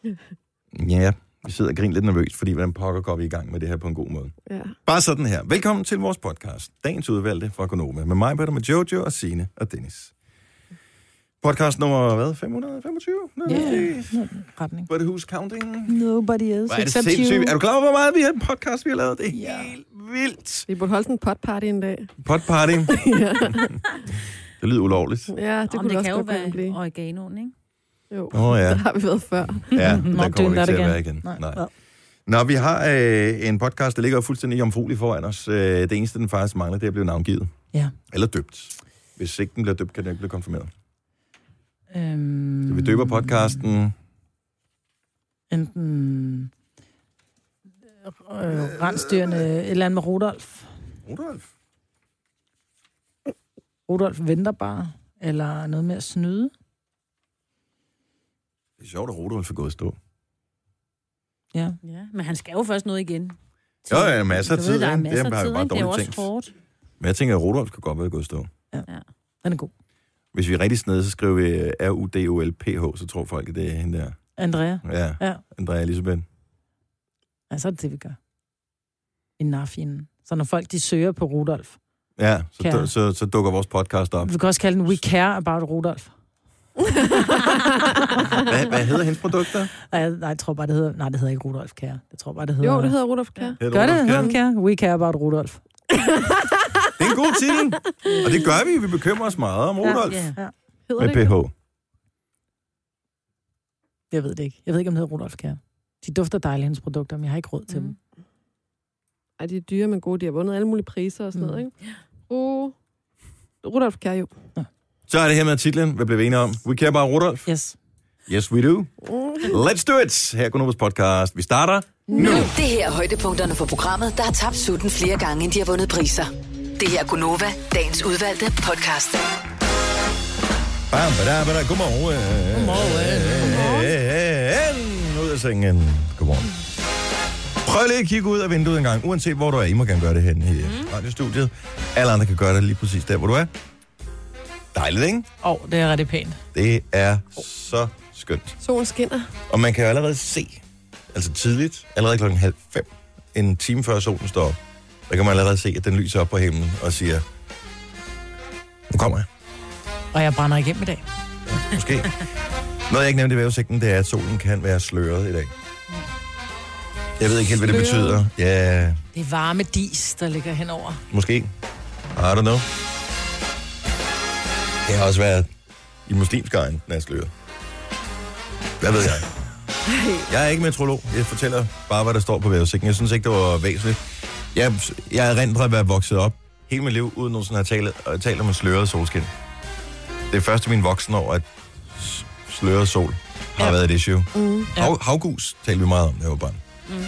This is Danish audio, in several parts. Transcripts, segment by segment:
Ja, vi sidder og griner lidt nervøst, fordi hvordan pokker går vi i gang med det her på en god måde. Ja. Bare sådan her. Velkommen til vores podcast. Dagens udvalgte fra Gonova. Med mig, med Jojo og Signe og Dennis. Podcast nummer, hvad? 525? Retning. But who's counting? Nobody is. Hvor er det except sindssygt. you. Er du klar over, hvor meget vi har en podcast, vi har lavet? Det er helt vildt. Vi burde holde sådan en potparty en dag. Potparty. Ja. Det lyder ulovligt. Ja, det kunne det også godt kunne blive. Oreganoen, ikke? Jo, Ja. det har vi været før. Ja, der kommer vi ikke til at igen. være igen. Nej. Nå, vi har en podcast, der ligger fuldstændig jomfruelig foran os. Det eneste, den faktisk mangler, det er at blive navngivet. Ja. Eller døbt. Hvis ikke den bliver døbt, kan den ikke blive konfirmeret. Så vi døber podcasten. Enten rensdyrene, et eller andet med Rudolf. Rudolf venter bare. Eller noget med at snyde. Det er sjovt, at Rudolf er gået i stå. Ja. Ja, men han skal jo først noget igen. Jo, ja, masser af tid. Der er ikke? masser af tid, bare ikke? Det er jo dårligt også tænkt. hårdt. Men jeg tænker, at Rudolf kan godt være gået i stå. Ja. Den er god. Hvis vi er rigtig snede, så skriver vi R-U-D-O-L-P-H, så tror folk, at det er hende der. Andrea. Ja. Andrea Elisabeth. Ja, så er det det, vi gør. I narfinen. Så når folk, de søger på Rudolf. Ja, så dukker vores podcast op. Vi kan også kalde den We Care About Rudolf. Hvad hedder hendes produkter? Nej, jeg tror bare, det hedder... Nej, det hedder ikke Rudolf Care. Jeg tror bare, det hedder... Jo, det hedder Rudolf Kjær. Gør det, Rudolf Care? We Care About Rudolf. Det er en god titel. Og det gør vi. Vi bekymrer os meget om Rudolf. Ja. Hedder Med det ikke? PH. Jeg ved det ikke. Jeg ved ikke, om det hedder Rudolf Care. De dufter dejligt, hendes produkter, men jeg har ikke råd til dem. Ej, de er dyre, men gode. De har vundet alle mulige priser og sådan noget, ikke? Rudolf Kjær, jo. Så er det her med titlen. Hvad blev vi enige om? We care about Rudolf? Yes. Yes, we do. Let's do it. Her er Gonovas podcast. Vi starter nu. Det her er højdepunkterne for programmet, der har tabt sutten flere gange, end de har vundet priser. Det her er Gonova, dagens udvalgte podcast. Godmorgen. Ud af sengen. Godmorgen. Prøv lige at kigge ud af vinduet en gang, uanset hvor du er. I må gerne gøre det hen i radiostudiet. Alle andre kan gøre det lige præcis der, hvor du er. Dejligt, ikke? Det er rigtig pænt. Det er så skønt. Solen skinner. Og man kan jo allerede se, altså tidligt, allerede 4:30, en time før solen står op, der kan man allerede se, at den lyser op på himlen og siger, nu kommer jeg. Og jeg brænder igennem i dag. Måske. Noget, jeg ikke nævnte i vejrudsigten, det er, at solen kan være sløret i dag. Jeg ved ikke helt, hvad det betyder. Ja, Det er varme dis, der ligger henover. måske. I don't know. Det har også været i muslimsk egen, den er sløret. Hvad ved jeg? Jeg er ikke meteorolog. Jeg fortæller bare, hvad der står på vejrudsigten. Jeg synes ikke, det var væsentligt. Jeg er rent at være vokset op hele mit liv, uden nogen sådan at tale om en sløret solskin. Det er først i min voksne år, at sløret sol har været et issue. Havgus talte vi meget om, da jeg var barn.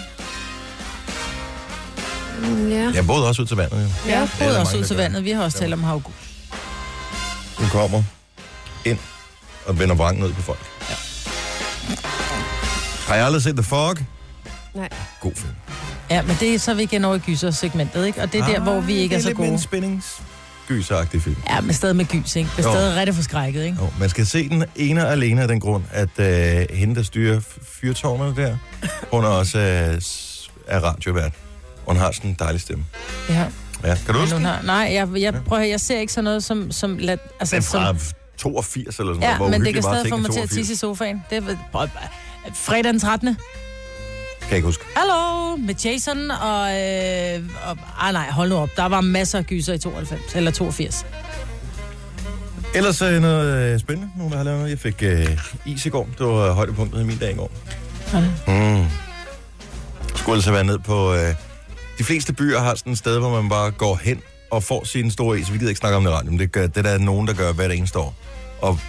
Ja. Jeg boede også ud til vandet, jo. Ja, Det er både der også mange, ud der til gør. vandet. Vi har også talt om havgus. Hun kommer ind og vender vrangen ud på folk. Ja. Har jeg aldrig set The Fog? Nej. God film. Ja, men det er så vi igen over i gyser-segmentet, ikke? Og det er der, hvor vi ikke er så Det er lidt mere en gode. spændings-gyseragtig film. Ja, men stadig med gys, ikke? Det er Jo. stadig rigtig forskrækket, ikke? Jo, man skal se den ene og alene af den grund, at hende, der styrer fyrtårnet der, hun er også er radiovært. Hun har sådan en dejlig stemme. Ja. Ja, kan du huske den? Nej, jeg prøver, jeg ser ikke sådan noget som altså, Den som, fra 82 eller sådan ja, noget, hvor men det uhyggeligt kan var stadig få ting i mig til at 82. tisse i sofaen. Det er fredag den 13. Kan jeg ikke huske. Hallo, med Jason nej, hold nu op. Der var masser af gyser i 92, eller 82. Ellers noget spændende, nogen der har lavet noget. Jeg fik is i går. Det var højdepunktet i min dag i går. Skulle altså være ned på... de fleste byer har sådan et sted, hvor man bare går hen og får sin store is. Vi gider ikke snakke om det i radioen. Det er der nogen, der gør hvert eneste år. Og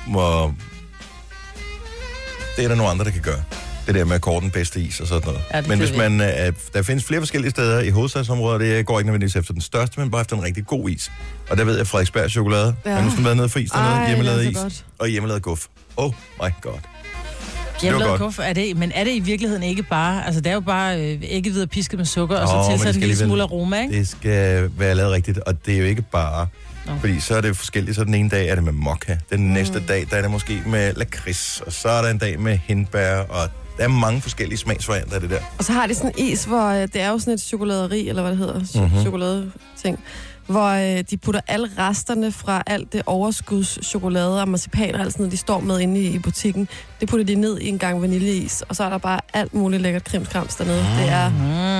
det er der nogle andre, der kan gøre. Det der med at kåre den bedste is og sådan noget. Ja, det men kan hvis vi. man... der findes flere forskellige steder i hovedstadsområdet. Det går ikke nødvendigvis efter den største, men bare efter en rigtig god is. Og der ved jeg, Frederiksberg chokolade. Ja. Har du sådan været nede for is dernede? Hjemmelavet is. Godt. Og hjemmelavet guf. Oh my god. Hjemmelavet godt. kuffer, men er det i virkeligheden ikke bare... Altså, det er jo bare æggehvide pisket med sukker, og men så det tilsat en skal lille alligevel- smule aroma, ikke? Det skal være lavet rigtigt, og det er jo ikke bare... Nå. Fordi så er det forskelligt. Så den ene dag er det med mokka. Den næste dag, der er det måske med lakrids. Og så er der en dag med hindbær. Og Der er mange forskellige smagsvarianter af det der. Og så har de sådan en is, hvor det er jo sådan et chokoladeri, eller hvad det hedder, chokoladeting, hvor de putter alle resterne fra alt det overskudschokolade og marcipan og alt sådan noget, de står med inde i butikken. Det putter de ned i en gang vaniljeis, og så er der bare alt muligt lækkert krimskrams dernede. Det er...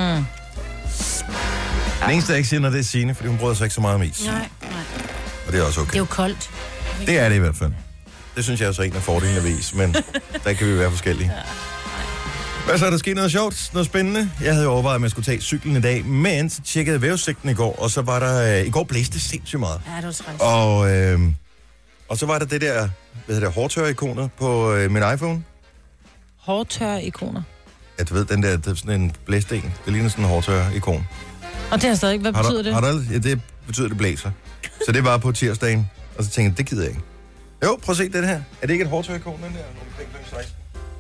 Den eneste, jeg ikke siger, når det er Signe, fordi hun bryder sig ikke så meget om is. Nej. Og det er også okay. Det er jo koldt. Det er det i hvert fald. Det synes jeg også er en af fordelene ved is, men der kan vi være forskellige. Hvad så, er der sket noget sjovt, noget spændende? Jeg havde jo overvejet, at jeg skulle tage cyklen i dag, men så tjekkede jeg vejrudsigten i går, og så var der... I går blæste det sindssygt meget. Ja, det var træls. Og så var der det der, hårdtør-ikonet på min iPhone. Hårdtør-ikoner. Ja, du ved, den der, det er sådan en blæsten. Det ligner sådan en hårdtør-ikon. Og det er stadig, hvad betyder det? Ja, det betyder, at det blæser. Så det var på tirsdagen, og så tænkte jeg, det gider jeg ikke. Jo, prøv at se det her. Er det ikke et hårdtør-ikon, den der? Omkring 16.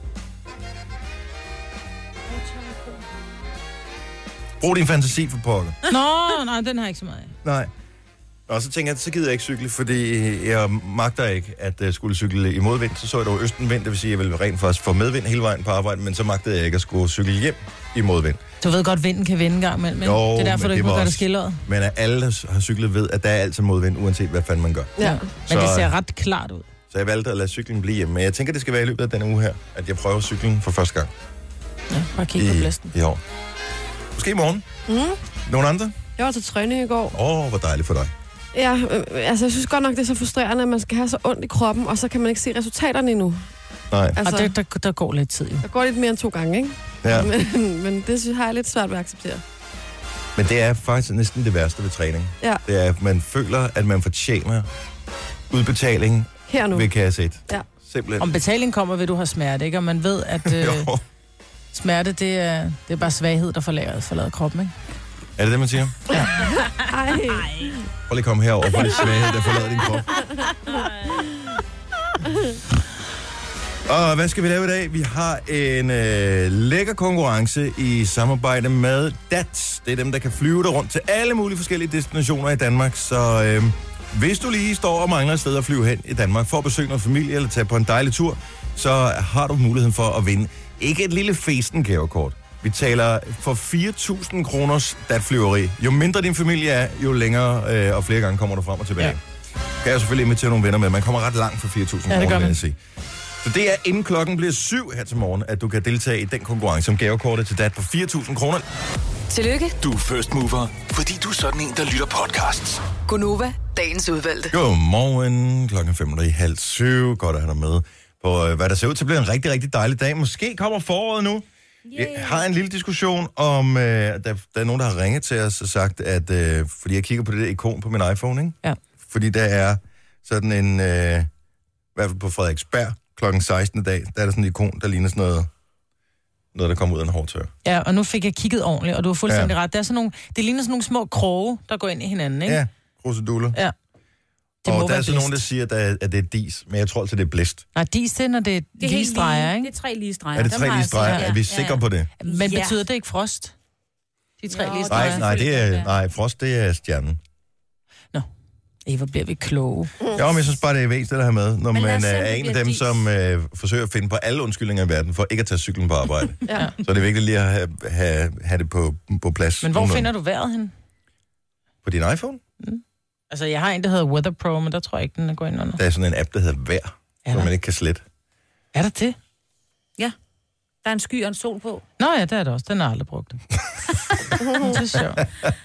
Brug din fantasi for pokker. Nej, den har jeg ikke så meget af. Nej. Og så tænker jeg, så gider jeg ikke cykle, fordi jeg magter ikke at skulle cykle i modvind. Så jeg dog østenvind, det vil sige, at jeg vil rent faktisk få medvind hele vejen på arbejde, men så magtede jeg ikke at skulle cykle hjem i modvind. Du ved godt, at vinden kan vende en gang imellem. Jo, det er derfor, du ikke må gøre det skilleret. Men at alle, der har cyklet, ved, at der er altid modvind, uanset hvad fanden man gør. Ja, men det ser ret klart ud. Så jeg valgte at lade cyklen blive hjemme. Men jeg tænker, det skal være i løbet af denne uge her, at jeg prøver cyklen for første gang. Ja, bare kig på blæsten. I år. Måske i morgen. Nogle andre? Jeg var til træning i går. Hvor dejligt for dig. Ja, altså jeg synes godt nok, det er så frustrerende, at man skal have så ondt i kroppen, og så kan man ikke se resultaterne endnu. Nej. Altså, Og der går lidt tid. Der går lidt mere end 2 gange, ikke? Ja. Men det synes jeg er lidt svært ved at acceptere. Men det er faktisk næsten det værste ved træning. Ja. Det er, at man føler, at man fortjener udbetaling her nu ved kasse 1. Ja. Simpelthen. Om betaling kommer ved, du har smerte, ikke? Og man ved, at smerte, det er bare svaghed, der forlader kroppen, ikke? Er det det, man siger? Ja. Ej. Prøv lige at komme herover for det svaghed, der forlader din krop. Og hvad skal vi lave i dag? Vi har en lækker konkurrence i samarbejde med DAT. Det er dem, der kan flyve dig rundt til alle mulige forskellige destinationer i Danmark. Så hvis du lige står og mangler et sted at flyve hen i Danmark for at besøge noget familie eller tage på en dejlig tur, så har du muligheden for at vinde ikke et lille festen-gavekort. Vi taler for 4.000 kroners DAT-flyveri. Jo mindre din familie er, jo længere og flere gange kommer du frem og tilbage. Ja. Kan jeg selvfølgelig invitere nogle venner med. Man kommer ret langt for 4.000 kroner, vil jeg sige. Så det er inden klokken bliver 7 her til morgen, at du kan deltage i den konkurrence om gavekortet til DAT på 4.000 kroner. Tillykke. Du er first mover, fordi du er sådan en, der lytter podcasts. Gunova, dagens udvalgte. Godmorgen, klokken 5:30. Godt at have dig med på, hvad der ser ud til at blive en rigtig, rigtig dejlig dag. Måske kommer foråret nu. Jeg har en lille diskussion om, der er nogen, der har ringet til os og sagt, at fordi jeg kigger på det der ikon på min iPhone, ikke? Ja. Fordi der er sådan en, i hvert fald på Frederiksberg, klokken 16. dag, der er der sådan en ikon, der ligner sådan noget, der kommer ud af en hårdtør. Ja, og nu fik jeg kigget ordentligt, og du har fuldstændig ret. Det ligner sådan nogle små kroge, der går ind i hinanden, ikke? Ja, kruseduller. Ja. Og der er så nogen, der siger, at det er dis, men jeg tror altså, det er blæst. Nej, dis det er, når det er lige streger, ikke? Det er 3 lige streger. Er det 3 lige streger? Er vi sikre på det? Men betyder det ikke frost? De 3 lige streger? Nej, frost, det er stjernen. Nå, Eva, bliver vi kloge. Ja, men jeg synes bare, det er væsentligt at have med, når man er en af dem, dis. som forsøger at finde på alle undskyldninger i verden for ikke at tage cyklen på arbejde. Ja. Så er det vigtigt lige at have det på plads. Men hvor finder du vejret hen? På din iPhone? Altså, jeg har en, der hedder Weather Pro, men der tror jeg ikke, den går ind under. Der er sådan en app, der hedder Vejr, som man ikke kan slette. Er der det? Ja. Der er en sky og en sol på. Nå ja, det er det også. Den har jeg aldrig brugt. Det er sjovt.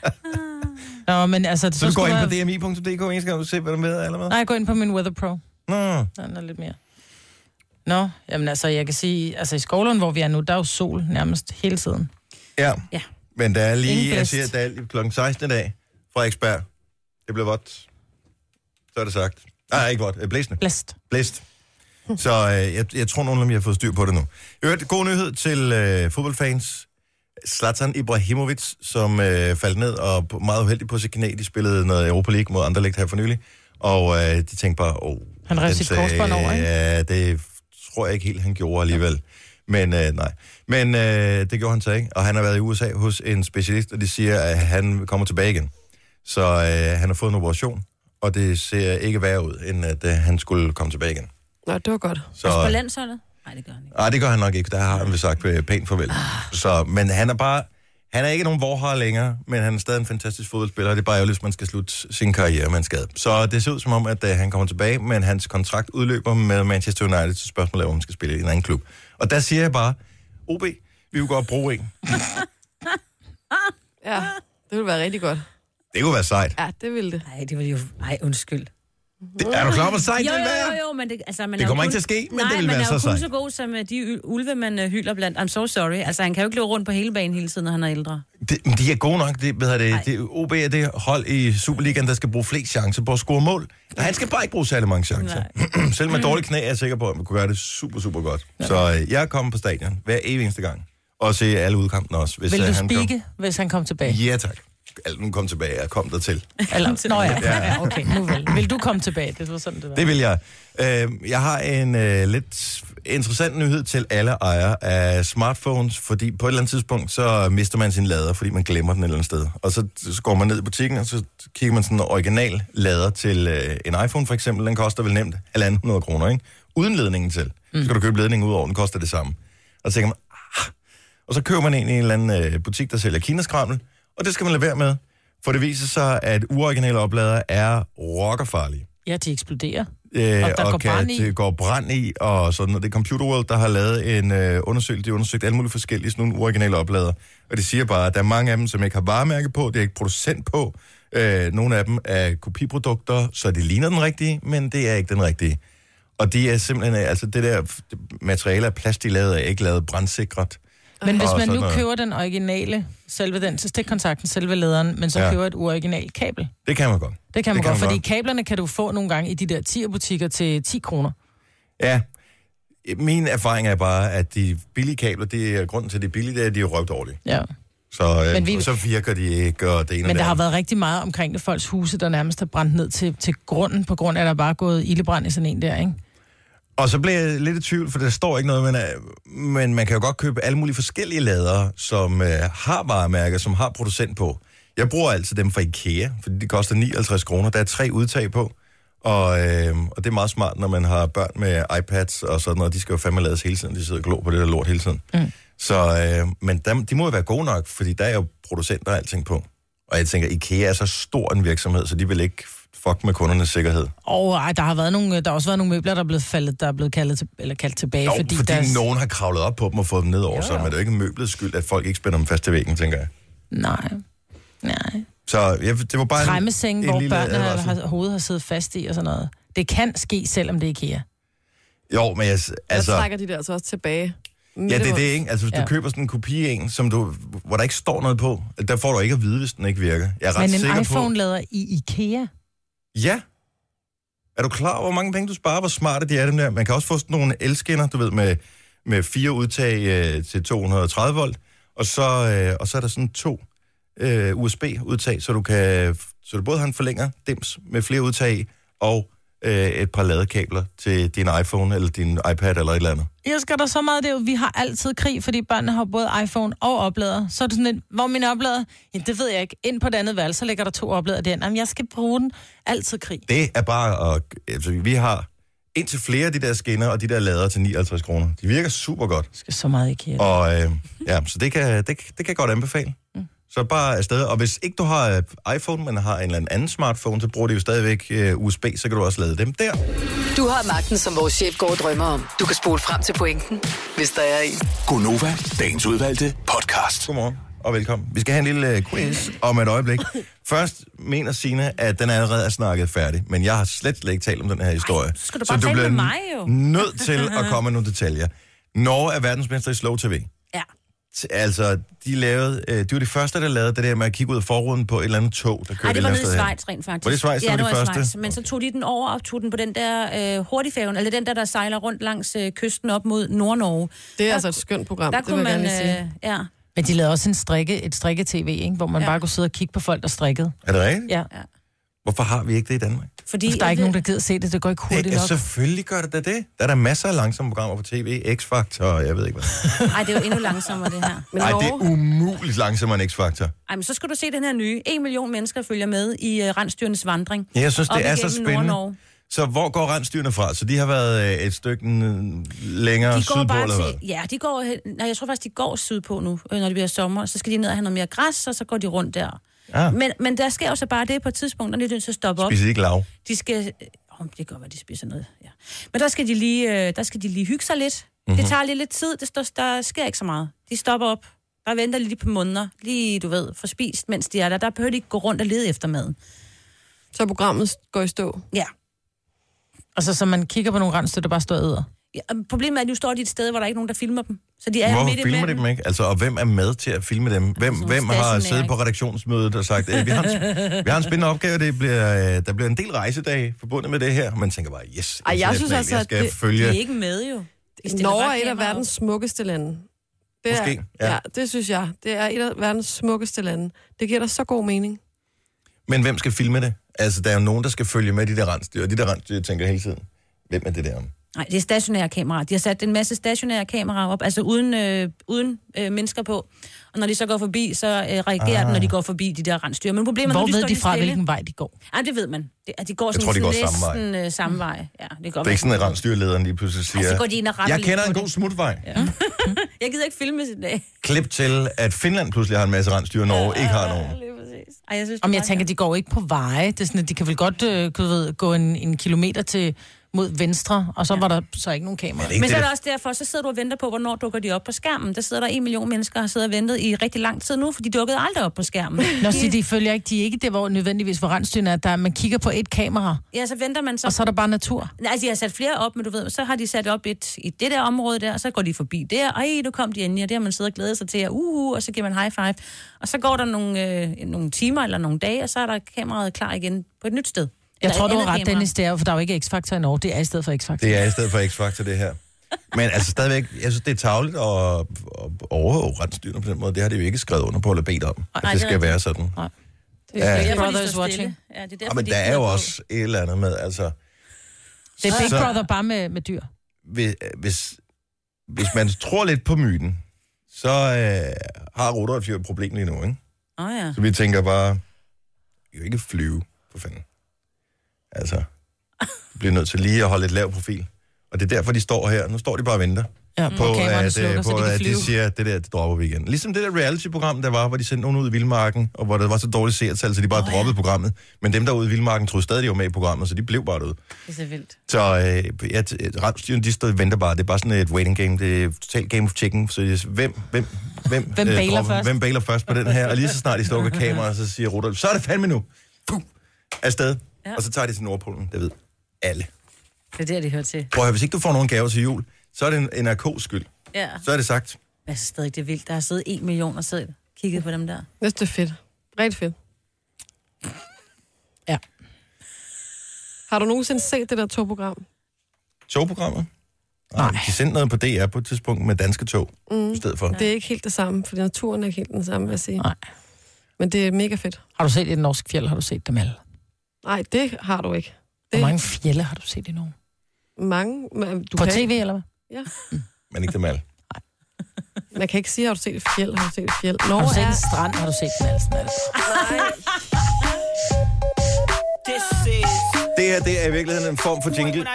Nå, men altså... Så du går ind på dmi.dk, skal du se, hvad der er med, eller hvad? Nej, jeg går ind på min Weather Pro. Nå. Den er lidt mere. Nå, jamen altså, jeg kan sige... Altså, i Skovlund, hvor vi er nu, der er jo sol nærmest hele tiden. Ja. Ja. Men der er Ingen lige, jeg blæst. siger, der er klokken 16. dag, Frederiksberg. Det bliver vådt. Så er det sagt. Nej, ikke vådt. Blæsende. Blæst. Så jeg tror nogenlunde, vi har fået styr på det nu. God nyhed til fodboldfans. Zlatan Ibrahimovic, som faldt ned og meget uheldig på sit knæ. De spillede noget Europa League mod Anderlecht her for nylig. Og de tænkte bare, Han rev sit korsbånd over, ikke? Ja, det tror jeg ikke helt, han gjorde alligevel. Men nej. Men det gjorde han så ikke. Og han har været i USA hos en specialist, og de siger, at han kommer tilbage igen. Så han har fået en operation, og det ser ikke værre ud, end at han skulle komme tilbage igen. Nå, det var godt. Så, Altså på landsholdet? Nej, det gør han ikke. Nej, det gør han nok ikke. Der har han vel sagt pænt farvel. Så, men han er ikke nogen vorhar længere, men han er stadig en fantastisk fodboldspiller, og det er bare ærgerligt, hvis man skal slutte sin karriere med en skade. Så det ser ud som om, at han kommer tilbage, men hans kontrakt udløber med Manchester United, så spørgsmålet er, om han skal spille i en anden klub. Og der siger jeg bare, OB, vi vil godt bruge en. Ja, det ville være rigtig godt. Det kunne være sejt. Ja, det ville det. Nej, det var jo... Ej, undskyld. Er du klar, hvor sejt det vil være? Jo, men det... Altså, man det kommer ikke til at ske, men det vil være så sejt. Nej, man er jo kun så god som de ulve, man hylder blandt. I'm so sorry. Altså, han kan jo ikke løbe rundt på hele banen hele tiden, når han er ældre. De er gode nok. OB er det hold i Superligaen, der skal bruge flest chancer på at score mål. Og han skal bare ikke bruge særlig mange chancer. Selv med dårlige knæ er jeg sikker på, at man kunne gøre det super, super godt. Ja. Så jeg er kommet på stadion hver evig eneste gang. Og se alle udkampene også. Hvis, vil du spikke, hvis han kom tilbage? Ja, tak. Nu kom tilbage. Jeg kom der til. Nå ja, okay, nu vel. Vil du komme tilbage? Det var sådan, det var. Det vil jeg. Jeg har en lidt interessant nyhed til alle ejere af smartphones, fordi på et eller andet tidspunkt, så mister man sin lader, fordi man glemmer den et eller andet sted. Og så går man ned i butikken, og så kigger man sådan en original lader til en iPhone for eksempel. Den koster vel nemt 1.500 kroner, ikke? Uden ledningen til. Så skal du købe ledningen ud over, den koster det samme. Og så tænker man, og så køber man ind i en eller anden butik, der sælger kinaskrammel, og det skal man lade være med, for det viser sig, at uoriginale opladere er rockerfarlige. Ja, de eksploderer. Det går brand i, og sådan, og det er Computer World, der har lavet en undersøgelse. De har undersøgt alle mulige forskellige sådan nogle uoriginale opladere, og det siger bare, at der er mange af dem, som ikke har varemærke på, det er ikke producent på. Nogle af dem er kopiprodukter, så det ligner den rigtige, men det er ikke den rigtige. Og de er simpelthen, altså det der materiale af plast, de lavet, er ikke lavet brandsikret. Men hvis man nu køber den originale, selve den til stikkontakten, selve lederen, men så køber et uoriginalt kabel. Det kan man godt. Det kan man godt, fordi kablerne kan du få nogle gange i de der 10'er-butikker til 10 kroner. Ja, min erfaring er bare, at de billige kabler, det er grunden til, at de er billige, det er, at de er røgt dårlige. Ja. Så, så virker de ikke, og det ene men der har været rigtig meget omkring det folks huse, der nærmest er brændt ned til grunden, på grund af, at der bare er gået ildebrand i sådan en der, ikke? Og så bliver jeg lidt i tvivl, for der står ikke noget, men man kan jo godt købe alle mulige forskellige ladere, som har varemærker, som har producent på. Jeg bruger altid dem fra IKEA, fordi de koster 59 kroner. Der er 3 udtag på, og det er meget smart, når man har børn med iPads og sådan noget. De skal jo fandme lades hele tiden, de sidder og glor på det der lort hele tiden. Så, men de må jo være gode nok, fordi der er jo producenter og alting på. Og jeg tænker, IKEA er så stor en virksomhed, så de vil ikke fuck med kundernes sikkerhed. Der har også været nogle møbler, der er blevet kaldt tilbage. Jo, fordi nogen har kravlet op på dem og fået dem ned over sig, men det er jo ikke møblets skyld, at folk ikke spænder dem fast til væggen, tænker jeg. Nej. Så det var bare træmmeseng, hvor børnene hovedet har siddet fast i og sådan noget. Det kan ske, selvom det er IKEA. Jo, men jeg trækker de der altså også tilbage. Ja, det er det, ikke? Altså, hvis du køber sådan en kopi af en, hvor der ikke står noget på, der får du ikke at vide, hvis den ikke virker. Jeg er ret sikker på... Men en iPhone-lader i IKEA? Ja. Er du klar over, hvor mange penge du sparer? Hvor smarte de er, dem der? Man kan også få sådan nogle elskinner, du ved, med 4 udtag til 230 volt, og så er der sådan 2 USB-udtag, så du både har en forlænger dims med flere udtag og et par ladekabler til din iPhone eller din iPad eller et eller andet. Jeg skal da så meget det. Vi har altid krig, fordi børnene har både iPhone og oplader. Så er det sådan et, hvor min oplader? Ja, det ved jeg ikke. Ind på det andet valg, så ligger der 2 opladere der. Jamen, jeg skal bruge den. Altid krig. Det er bare, altså vi har indtil flere af de der skinner og de der lader til 59 kroner. De virker super godt. Det skal så meget ikke. Og så det kan jeg godt anbefale. Så bare afsted. Og hvis ikke du har iPhone, men har en eller anden smartphone, så bruger de jo stadigvæk USB, så kan du også lade dem der. Du har magten, som vores chef går og drømmer om. Du kan spole frem til pointen, hvis der er en. Gonova, dagens udvalgte podcast. Godmorgen og velkommen. Vi skal have en lille quiz om et øjeblik. Først mener Signe, at den allerede er snakket færdig, men jeg har slet ikke talt om den her historie. Så skal du bare tale med mig jo. Nødt til at komme med nogle detaljer. Norge er verdensmester i slow tv. Ja. Altså, de var de første, der lavede det der med at kigge ud af forruden på et eller andet tog, der kørte. Nej, det var nede i Schweiz rent faktisk. Var det Schweiz, ja, det var det første? Schweiz. Men så tog de den over og tog den på den der hurtigfærgen, eller den der sejler rundt langs kysten op mod Nord-Norge. Det er altså et skønt program, der det vil jeg gerne sige. Ja. Men de lavede også et strikke-tv, ikke? Hvor man bare kunne sidde og kigge på folk, der strikkede. Er det rigtigt? Ja. Hvorfor har vi ikke det i Danmark? Fordi der er ikke nogen, der gider se det. Det går ikke hurtigt nok. Selvfølgelig gør det da det. Der er der masser af langsomme programmer på tv. X-Factor, og jeg ved ikke hvad. Nej, det er jo endnu langsommere, det her. Nej, det er umuligt langsommere end X-Factor. Ej, men så skal du se den her nye. 1 million mennesker følger med i rensdyrenes vandring. Ja, jeg synes, det er så spændende. Så hvor går rensdyrene fra? Så de har været et stykke længere sydpå, eller hvad? Ja, de går... Nej, jeg tror faktisk, de går sydpå nu, når det bliver sommer. Så skal de ned og have noget mere græs, og så går de rundt der. Ah. Men der sker jo så bare det på et tidspunkt, når de er nødt til at stoppe op. Spiser de ikke lav? De skal... det kan godt være, de spiser noget, ja. Men der skal de lige hygge sig lidt. Mm-hmm. Det tager lidt tid, der sker ikke så meget. De stopper op, der venter lige på måneder, lige, du ved, for spist, mens de er der. Der behøver de ikke gå rundt og lede efter maden. Så programmet går i stå? Ja. Altså, så man kigger på nogle rensdyr, der bare står og æder? Ja, problemet er, at nu står de et sted, hvor der er ikke nogen, der filmer dem. Så de er Hvorfor midt filmer de dem ikke? Altså, og hvem er med til at filme dem? Hvem har siddet på redaktionsmødet og sagt, vi har en spændende opgave, der bliver en del rejsedage forbundet med det her. Man tænker bare, yes, jeg synes altså, jeg skal følge... De er ikke med jo. Norge er et af verdens smukkeste lande. Måske, ja, det synes jeg. Det er et af verdens smukkeste lande. Det giver dig så god mening. Men hvem skal filme det? Altså, der er jo nogen, der skal følge med de der rensdyr, og de der rensdyr tænker hele tiden, hvem er det der om? Nej, det er stationære kameraer. De har sat en masse stationære kameraer op, altså uden mennesker på. Og når de så går forbi, så reagerer den, når de går forbi de der rensdyr. Men problemet hvor når ved de fra, hvilken vej de går? Ja, det ved man. De går jeg tror, de går næsten samme vej. Ja, det er ikke sådan, at rensdyrlederen lige pludselig siger, altså, går de ind og jeg kender en god smutvej. Ja. Jeg gider ikke filme i dag. Klip til, at Finland pludselig har en masse rensdyr, og Norge ikke har nogen. Jeg tænker, de går ikke på veje. Det er sådan, at de kan vel godt gå en kilometer til mod venstre, og så var der så ikke nogen kamera. Men så er det også derfor, så sidder du og venter på, hvornår dukker de op på skærmen. Der sidder der 1 million mennesker, og har siddet og ventet i rigtig lang tid nu, for de dukkede aldrig op på skærmen. Nå, så de følger ikke, de er ikke det, hvor nødvendigvis hvor rensdyrene er, der man kigger på et kamera. Ja, så venter man så. Og så er der bare natur. Nej, altså, de har sat flere op, men du ved, så har de sat op et i det der område der, og så går de forbi der, ej, nu kom de endelig, og det har man siddet og glædet sig til, og så giver man high five. Og så går der nogle timer eller nogle dage, og så er der kameraet klar igen på et nyt sted. Jeg tror, du har ret, Dennis, det er, for der er jo ikke X-Factor i Norge. Det er i stedet for X-Factor. Det er i stedet for X-Factor, det her. Men altså stadigvæk, jeg synes, det er tarveligt at overvåge rensdyrene på den måde. Det har de jo ikke skrevet under på eller bedt om, at det skal være sådan. Nej. Det er Big Brother is watching. Ja, det er derfor, men der er jo også et eller andet med, altså... Det er Big Brother bare med dyr. Hvis man tror lidt på myten, så har Rudolf jo et problem lige nu, ikke? Ja. Så vi tænker bare, vi jo ikke flyve, for fanden. Altså, de bliver nødt til lige at holde et lav profil. Og det er derfor, de står her. Nu står de bare og venter. Ja, på at de siger, at det dropper vi igen. Ligesom det der reality-program, der var, hvor de sendte nogen ud i vildmarken, og hvor der var så dårligt seertal, så de bare droppede programmet. Men dem, der var ude i vildmarken, troede stadig, de var med i programmet, så de blev bare derude. Det er så vildt. Så rensdyrene, de står og venter bare. Det er bare sådan et waiting game. Det er totalt game of chicken. Så hvem bailer først på den her? Og lige så snart de slukker kameraet, så siger Rudolf, så er det fandme nu. Afsted. Ja. Og så tager de til Nordpolen. Det ved alle. Det er det, de hører til. Prøv at høre, hvis ikke du får nogen gave til jul, så er det en NRK's skyld. Ja. Så er det sagt. Jeg synes stadig, det er vildt. Der har siddet 1 million og siddet kigget på dem der. Det er fedt. Rigtig fedt. Ja. Har du nogensinde set det der togprogram? Togprogrammet? Nej. De sendte noget på DR på et tidspunkt med danske tog i stedet for. Det er ikke helt det samme, fordi naturen er ikke helt den samme, vil jeg sige. Nej. Men det er mega fedt. Har du set et norsk fjeld? Har du set dem alle? Nej, det har du ikke. Hvor mange fjelle har du set i Norge? Mange. På tv, eller hvad? Ja. Men ikke dem alle. Nej. Man kan ikke sige, har du set et fjeld? Har du set et fjeld? Har du set en strand? Har du set dem alle? Det her, det er i virkeligheden en form for jingle.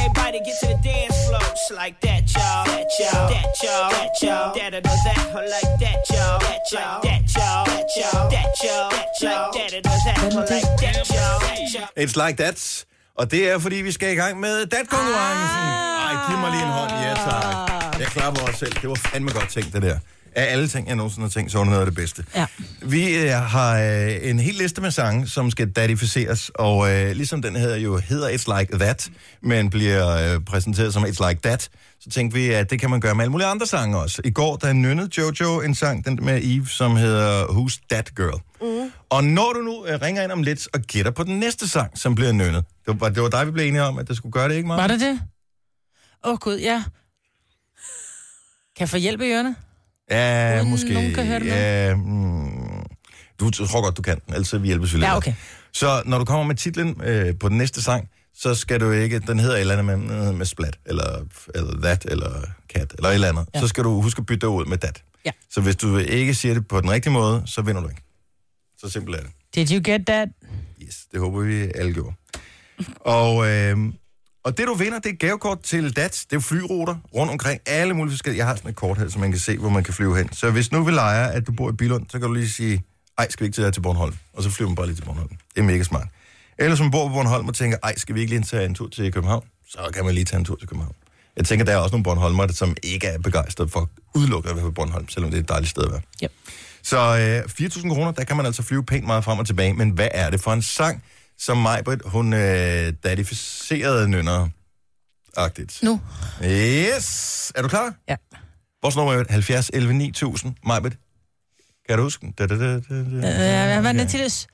It's like that. Og det er, fordi vi skal i gang med dat-konkurrencen. Ej, giv mig lige en hånd. Ja, tak. Jeg klapper også selv. Det var fandme godt tænkt, det der. Af alle ting, jeg nogensinde har tænkt, så er det noget af det bedste. Ja. Vi har en hel liste med sange, som skal datificeres, og ligesom den hedder It's Like That, men bliver præsenteret som It's Like That, så tænkte vi, at det kan man gøre med alle mulige andre sange også. I går, der nynnede Jojo en sang, den med Eve, som hedder Who's That Girl? Mm. Og når du nu ringer ind om lidt og gætter på den næste sang, som bliver nynnet, det var dig, vi blev enige om, at det skulle gøre det, ikke meget? Var det det? Gud, ja. Kan jeg få hjælp i ørerne? Ja, uden måske. Nogen kan høre det ja, du tror godt, du kan den. Ellers vi hjælper selvfølgelig. Ja, okay. Så når du kommer med titlen på den næste sang, så skal du ikke... Den hedder et eller andet med splat, eller that, eller cat, eller et eller andet. Ja. Så skal du huske at bytte ud med that. Ja. Så hvis du ikke siger det på den rigtige måde, så vinder du ikke. Så simpelt er det. Did you get that? Yes, det håber vi alle gjorde. Og det, du vinder, det er gavekort til DATS. Det er flyruter rundt omkring alle mulige forskellige. Jeg har sådan et kort her, så man kan se, hvor man kan flyve hen. Så hvis nu vi leger, at du bor i Billund, så kan du lige sige, ej, skal vi ikke til Bornholm? Og så flyver man bare lige til Bornholm. Det er mega smart. Eller som bor på Bornholm og tænker, ej, skal vi ikke lige tage en tur til København? Så kan man lige tage en tur til København. Jeg tænker, der er også nogle Bornholmere, som ikke er begejstrede for udelukket at være på Bornholm, selvom det er et dejligt sted at være. Yep. Så 4.000 kroner, der kan man altså flyve pænt meget frem og tilbage. Men hvad er det for en sang, som Majbrit, hun datificerede nynner-agtigt? Nu. Yes! Er du klar? Ja. Vores nummer er 70 11 9000. Majbrit, kan du huske den? Hvad var det til det?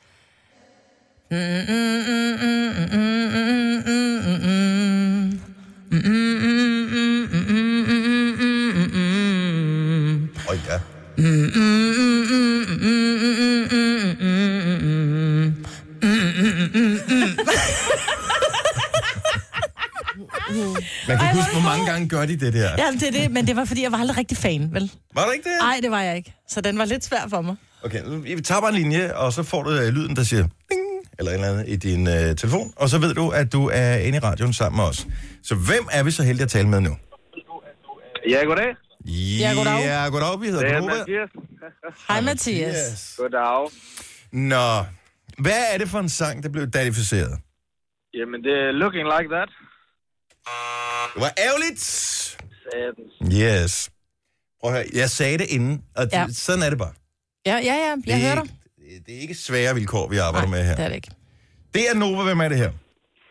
Ja. Man kan huske, hvor mange gange gør de det der. Ja, det er det, men det var, fordi jeg var aldrig rigtig fan, vel? Var du ikke det? Nej, det var jeg ikke. Så den var lidt svær for mig. Okay, vi tager bare en linje, og så får du lyden, der siger ding, eller et eller andet i din telefon, og så ved du, at du er inde i radioen sammen med os. Så hvem er vi så heldige at tale med nu? Ja, goddag. Ja, goddag. Ja, goddag. Vi hedder Det er Gunova. Mathias. Hej, Mathias. Goddag. Nå, hvad er det for en sang, der blev datificeret? Jamen, det er Looking Like That. Det var ærgerligt. Satans. Yes. Prøv at høre, jeg sagde det inden, og sådan er det bare. Ja, jeg hører dig. Det er ikke svære vilkår, vi arbejder med her. det er det ikke. Det er Nova, hvem er det her?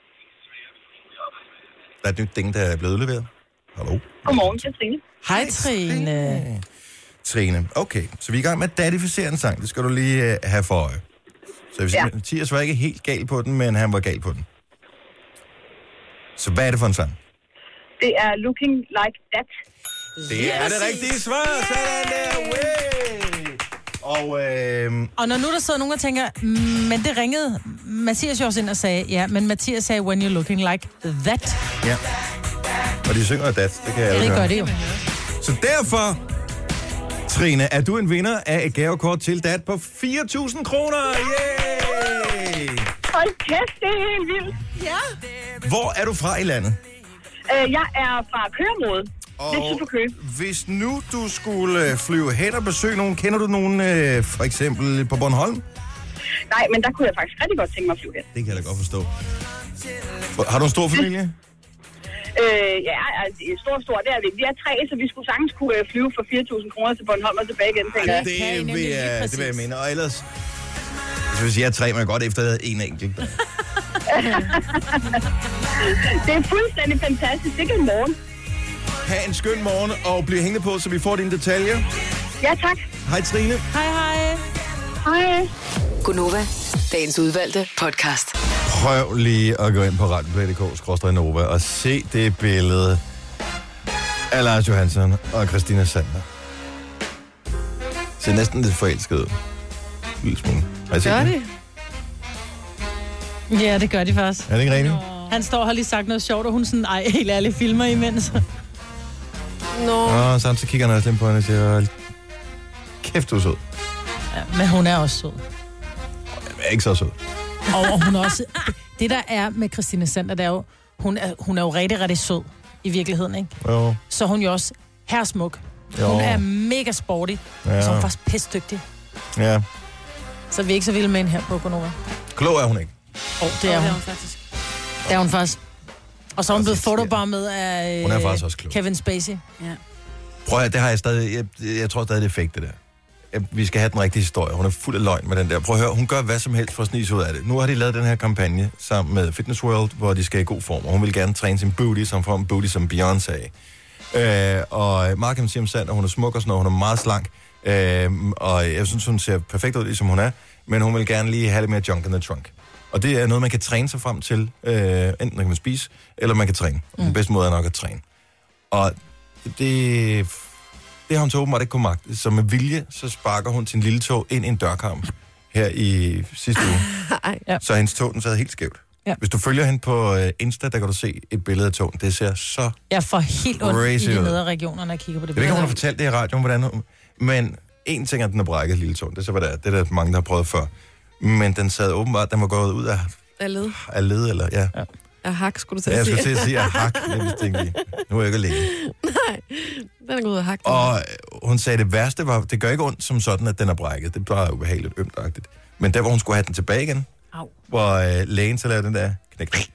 Der er et nyt ding, der er blevet udleveret. Hallo? Godmorgen til Trine. Hej, Trine. Trine, okay. Så vi er i gang med at datificere en sang. Det skal du lige have for øje. Så hvis Mathias var ikke helt gal på den, men han var gal på den. Så hvad er det for en sang? Det er Looking Like That. Det er det rigtige svar. Sådan der. Way. Og når nu der sidder nogen og tænker, men det ringede Mathias jo også ind og sagde, ja, men Mathias sagde, when you're looking like that. Ja. Og de synger dat, det kan jeg Ja, det gør det jo. Så derfor, Trine, er du en vinder af et gavekort til dat på 4.000 kroner. Yay! Hold kæft, det er helt vildt. Ja. Hvor er du fra i landet? Jeg er fra Køgeområdet. Lidt syd for Køge. Hvis nu du skulle flyve hen og besøge nogen, kender du nogen for eksempel på Bornholm? Nej, men der kunne jeg faktisk rigtig godt tænke mig at flyve hen. Det kan jeg da godt forstå. Har du en stor familie? Ja, altså, stor, det er vi. Vi er 3, så vi skulle sagtens kunne flyve for 4.000 kroner til Bornholm og tilbage igen, tænker jeg. Det vil jeg mene. Og ellers, hvis jeg er 3, men godt efter en enkelt. Det er fuldstændig fantastisk. Det er en morgen. Ha' en skøn morgen, og bliv hængende på, så vi får dine detaljer. Ja, tak. Hej, Trine. Hej. Hej. Gunova, dagens udvalgte podcast. Prøv lige at gå ind på radioplay.dk/Nova og se det billede af Lars Johansson og Christina Sander. Ser næsten lidt forelsket ud. Lille smule. Har I set Gør det? de? Ja, det gør de faktisk. Er det ikke rigtigt? Han står og har lige sagt noget sjovt, og hun sådan, ej, helt ærligt filmer imens. Nå. Og samtidig kigger han også lidt på hende og siger, kæft, du er sød. Ja, men hun er også sød. Jeg er ikke så sød. Og hun er også... Det, der er med Christina Sander, det er jo... Hun er jo rigtig, rigtig sød i virkeligheden, ikke? Jo. Så hun er jo også herresmuk. Jo. Hun er mega sporty, Ja. så hun er faktisk pissdygtig. Ja. Så vi er ikke så vilde med hende her på Gonova. Klog er hun ikke. Det er hun. faktisk. Det er hun faktisk. Og så er hun blevet fotobommet af Hun er faktisk også klog. Kevin Spacey. Ja. Prøv at, det har jeg stadig... Jeg tror stadig, det er fake, det der. Vi skal have den rigtige historie. Hun er fuld af løgn med den der. Prøv at høre, hun gør hvad som helst for at snige sig ud af det. Nu har de lavet den her kampagne sammen med Fitness World, hvor de skal i god form. Og hun vil gerne træne sin booty, som får en booty som Beyoncé. Og Markham siger om Sander, hun er smuk og sådan noget. Hun er meget slank. Og jeg synes, hun ser perfekt ud, ligesom hun er. Men hun vil gerne lige have lidt mere junk in the trunk. Og det er noget, man kan træne sig frem til. Enten kan man spise, eller man kan træne. Den bedste måde er nok at træne. Og det har hun så åbenbart ikke kunne magte. Så med vilje, så sparker hun sin lille tog ind i en dørkarm her i sidste uge. Ja. Så hendes tog, den sad helt skævt. Ja. Hvis du følger hende på Insta, der kan du se et billede af togen. Det ser så... Jeg får helt ondt Crazy i ud. nederregionerne, når jeg kigger på det Jeg ved ikke, om hun billede. har fortalt det i radioen, hvordan hun... Men en ting er, at den er brækket, lille tog. Det er så, hvad det er. Det er der mange, der har prøvet før. Men den sad åbenbart, den var gået ud af Af led. Af led, eller ja. Af hak, skulle du til Ja, at jeg sige. skulle til at sige af hak. Jeg vidste ikke lige. Nu er jeg ikke alene. Nej, den er gået ud af hak. Og hun sagde, det værste var, det gør ikke ondt som sådan, at den er brækket. Det er bare ubehageligt ømtagtigt. Men der, hvor hun skulle have den tilbage igen, hvor lægen så lavede den der knæk.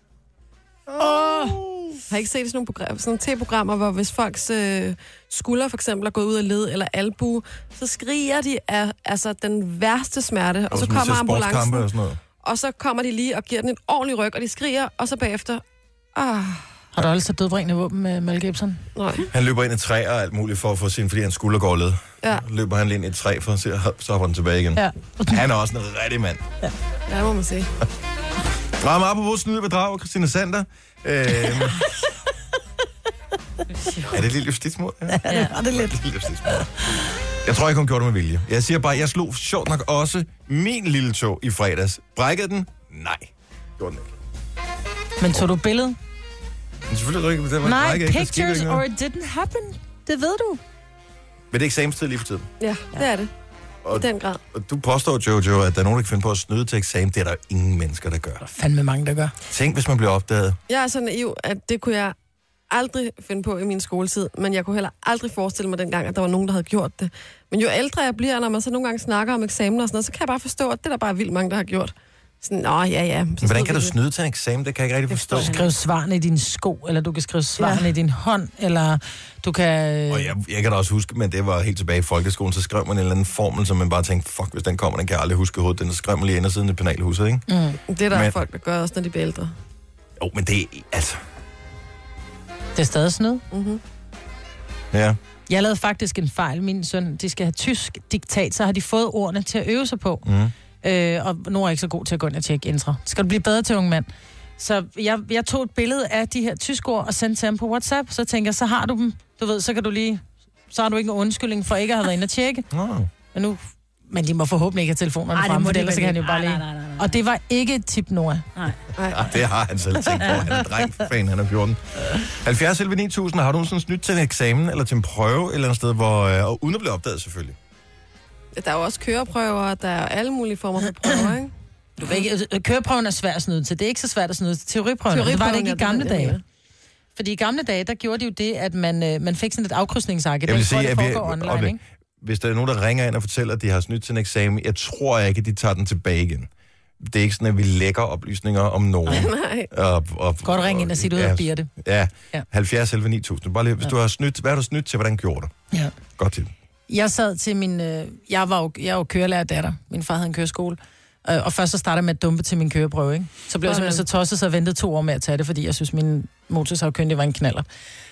Har I ikke set sådan nogle tv-programmer, hvor hvis folks skulder for eksempel er gået ud af led eller albue, så skriger de af altså, den værste smerte, og så kommer ambulancen, og, sådan noget. og så kommer de lige og giver den en ordentlig ryg, og de skriger, og så bagefter... Har du altså dødbringende våben med Mel Gibson? Nej. Han løber ind i træer og alt muligt for at få sin, fordi hans skulder går led. Ja. Løber han lige ind i et træ for at se, så hopper den tilbage igen. Ja. Han er også en rigtig mand. Ja, det må man sige. Rammer op på vores snyde bedrag, Christina Sander. Er det lille justitsmord? Ja, det er lidt. Lille justitsmord. Jeg tror ikke, hun gjorde det med vilje. Jeg siger bare, jeg slog sjovt nok også min lille tog i fredags. Brækkede den? Nej, gjorde den ikke. Men tog du billedet? Men selvfølgelig ikke. Det var Nej, ikke, pictures or it didn't happen. Det ved du. Men det er eksamenstid lige for tiden. Ja, det er det. I den grad. Og du påstår, Jojo, at der er nogen, der kan finde på at snyde til eksamen. Det er der ingen mennesker, der gør. Der er fandme mange, der gør. Tænk, hvis man bliver opdaget. Jeg er så naiv, at det kunne jeg aldrig finde på i min skoletid, men jeg kunne heller aldrig forestille mig dengang, at der var nogen, der havde gjort det. Men jo ældre jeg bliver, når man så nogle gange snakker om eksamener og sådan noget, så kan jeg bare forstå, at det er der bare vildt mange, der har gjort. Sådan, ja. Men hvordan kan du snyde til en eksamen? Det kan jeg ikke rigtig forstå. Du kan skrive svarene i din sko, eller du kan skrive svarene i din hånd, eller du kan... Og jeg kan da også huske, men det var helt tilbage i folkeskolen, så skrev man en eller anden formel, som man bare tænkte, fuck, hvis den kommer, den kan jeg aldrig huske i hovedet. Den skrev man lige ind siden i penalhuset, ikke? Det er der folk, der gør også, når de bliver ældre. Jo, men det er altså... Det er stadig snyd. Mm-hmm. Ja. Jeg lavede faktisk en fejl. Min søn, de skal have tysk diktat, så har de fået ordene til at øve sig på. Og nu er jeg ikke så god til at gå ind og tjekke intra. Skal du blive bedre til, unge mand? Så jeg tog et billede af de her tysk ord og sendte til ham på WhatsApp. Så tænker jeg, så har du dem. Du ved, så kan du lige... Så har du ikke en undskyldning for ikke at have været inde og tjekke. Men de må forhåbentlig ikke have telefonerne frem, for ellers kan han jo bare lige... Nej. Og det var ikke et tip, Noah. Nej. Det har han selv tænkt på. Han er dreng for fan, han er 14. 70 11 9000, har du sådan snydt til en eksamen eller til en prøve eller et sted, hvor uden at blive opdaget selvfølgelig? Der er jo også køreprøver, der er alle mulige former for prøver, ikke? Du ved ikke, køreprøven er svær at snyde til. Det er ikke så svært at snyde til teoriprøven. Det var det ikke i gamle dage. Fordi i gamle dage, der gjorde de jo det, at man fik sådan et afkrydsningsark. Jeg vil sige, at hvis der er nogen, der ringer ind og fortæller, at de har snydt til en eksamen, jeg tror ikke, at de tager den tilbage igen. Det er ikke sådan, at vi lægger oplysninger om nogen. Nej. Godt ringe ind og sige, du hedder Birte. Ja, 70 11 9000. Bare lige, hvis du har snydt, hvad har du snydt til, hvordan gjorde du? Ja. Godt til. Jeg sad til min... Jeg er jo kørelærer datter. Min far havde en køreskole. Og først så startede jeg med at dumpe til min køreprøve, ikke? Så blev jeg simpelthen så tosset, så jeg ventede 2 år med at tage det, fordi jeg synes, min motorsagkyndige var en knaller.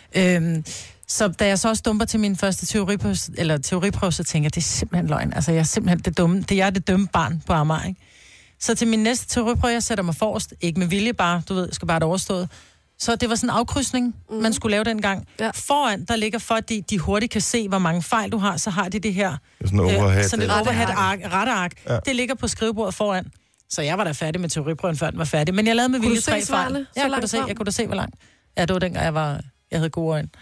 Så da jeg så også dumper til min første teoriprøve, så tænker jeg, det er simpelthen løgn. Altså, jeg er simpelthen det dumme barn på Amager, ikke? Så til min næste teoriprøve, jeg sætter mig forrest. Ikke med vilje, bare, du ved, jeg skal bare have det overstået. Så det var sådan en afkrydsning, man skulle lave dengang. Ja. Foran, der ligger for, at de hurtigt kan se, hvor mange fejl du har, så har de det her... Sådan et overhead. Sådan et overhead-ark, retteark. Ja. Det ligger på skrivebordet foran. Så jeg var da færdig med teoriprøven, før den var færdig. Men jeg lavede med vilje 3 fejl. Jeg kunne da se, hvor langt. Ja, det var dengang, jeg havde gode øjne.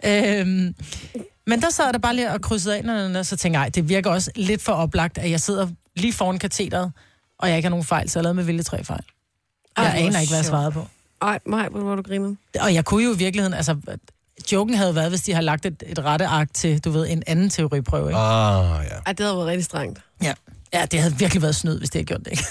Men der sad der bare lige og krydsede af, og så tænkte jeg, det virker også lidt for oplagt, at jeg sidder lige foran katedret, og jeg ikke har nogen fejl, så jeg lavede med vilje 3 fejl. Jeg aner ikke, hvad jeg svarede på. Nej, hvor du griner. Og jeg kunne jo i virkeligheden, altså, joken havde været, hvis de har lagt et retteark til, du ved, en anden teoriprøve, ikke? Ja. Det havde været rigtig strengt. Ja, det havde virkelig været snyd, hvis det havde gjort det, ikke?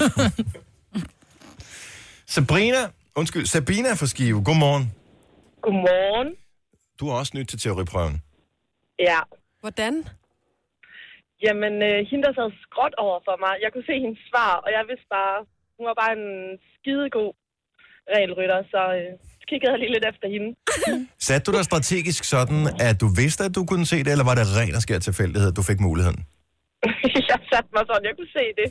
Sabina fra Skive, godmorgen. Godmorgen. Du er også nyt til teoriprøven. Ja. Hvordan? Jamen, hende der sad skråt over for mig. Jeg kunne se hendes svar, og jeg vidste bare, hun var bare en skidegod regelrytter, så kiggede jeg lige lidt efter hende. Satte du dig strategisk sådan, at du vidste, at du kunne se det, eller var det ren og skær tilfældighed, at du fik muligheden? Jeg satte mig sådan, jeg kunne se det.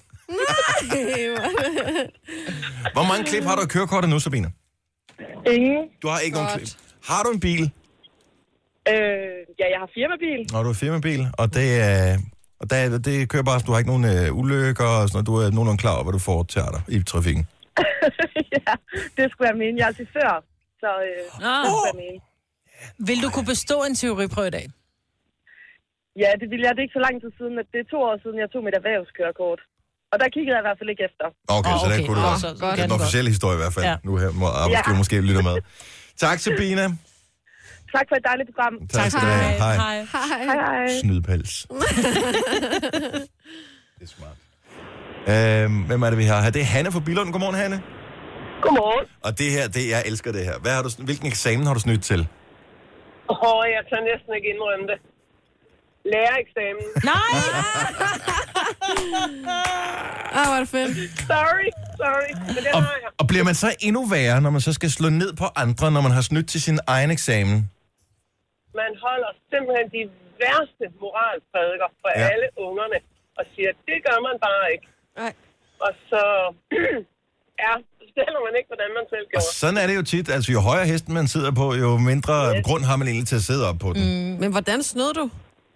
Hvor mange klip har du i kørekortet nu, Sabina? Ingen. Du har ikke nogen klip. Har du en bil? Ja, jeg har firmabil. Når du har firmabil, og det kører bare, du har ikke nogen ulykker, og sådan noget. Du er nogenlunde klar over, hvad du får til dig i trafikken. Ja, det skulle jeg mene. Jeg er chauffør, så det skulle jeg mene. Vil du kunne bestå en teoriprøve i dag? Ja, det ville jeg. Det er ikke så lang tid siden, at det er 2 år siden, jeg tog mit erhvervskørekort. Og der kiggede jeg i hvert fald ikke efter. Okay, så der kunne du så det er den officielle historie i hvert fald. Ja. Nu her må arbejdsgiver måske lytte med. Tak, Sabina. Tak for et dejligt program. Tak skal du have. Hej. Hej. Snydpels. Det er smart. Hvem er det, vi har her? Det er Hanne fra Billund. Godmorgen, Hanne. Godmorgen. Og det her, jeg elsker det her. Hvilken eksamen har du snydt til? Jeg tør næsten ikke indrømme det. Lærereksamen. Nej! Hvor er det fedt. Sorry. Men det har jeg. Og bliver man så endnu værre, når man så skal slå ned på andre, når man har snydt til sin egen eksamen? Man holder simpelthen de værste moralprædiker for alle ungerne, og siger, det gør man bare ikke. Nej. Og så fortæller man ikke, hvordan man selv gjorde. Og sådan er det jo tit. Altså, jo højere hesten man sidder på, jo mindre grund har man egentlig til at sidde op på den. Men hvordan snød du?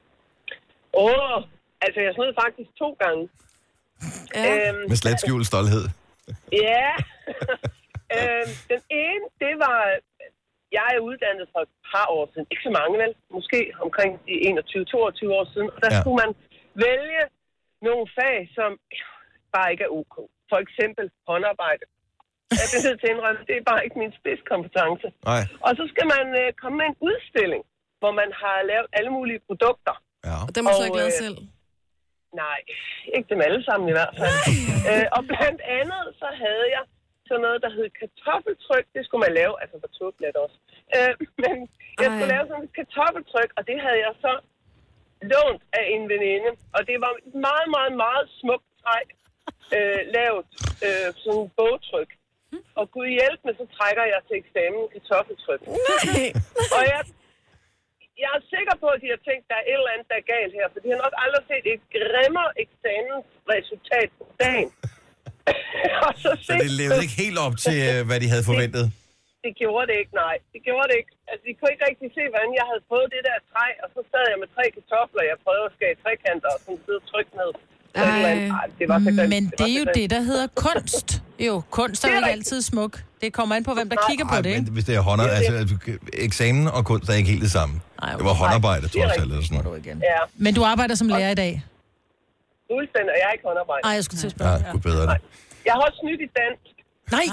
Altså, jeg snød faktisk 2 gange. Ja. Med slet skjult stolthed. Ja. Den ene, det var... Jeg er uddannet for et par år siden. Ikke så mange, vel? Måske omkring de 21-22 år siden. Og der skulle man vælge nogle fag, som bare ikke er ok. For eksempel håndarbejde. Jeg bliver nødt til at indrømme, det er bare ikke min spidskompetence. Nej. Og så skal man komme med en udstilling, hvor man har lavet alle mulige produkter. Ja. Og det må du så ikke lave selv. Nej, ikke dem alle sammen i hvert fald. Og blandt andet, så havde jeg sådan noget, der hed kartoffeltryk. Det skulle man lave, altså for tåblet også. Men jeg skulle lave sådan et kartoffeltryk, og det havde jeg så lånt af en veninde. Og det var et meget, meget, meget smukt træk, lavet sådan en bogtryk. Og Gud hjælp med, så trækker jeg til eksamen kartoffeltryk. Og jeg er sikker på, at de har tænkt, at der er et eller andet, der er galt her, for de har nok aldrig set et grimmere eksamensresultat på dagen. Så det levede ikke helt op til, hvad de havde forventet? Det gjorde det ikke, nej. Det gjorde det ikke. Altså, de kunne ikke rigtig se, hvordan jeg havde fået det der træ, og så sad jeg med 3 kartofler, jeg prøvede at skære trekanter, og sådan sidde og trykke ned. Det var så grimt. Men det er jo det, der hedder kunst. Jo, kunst er jo ikke altid smuk. Det kommer an på, hvem der kigger på det, ikke? Men hvis det er eksamen og kunst er ikke helt det samme. Nej, det var håndarbejde, trods alt. Eller sådan. Ja. Men du arbejder som lærer i dag? Fuldstændig, og jeg er ikke håndarbejde. Nej, jeg skulle til at spørge. Ja, bedre det. Jeg har også snydt i dansk. Nej!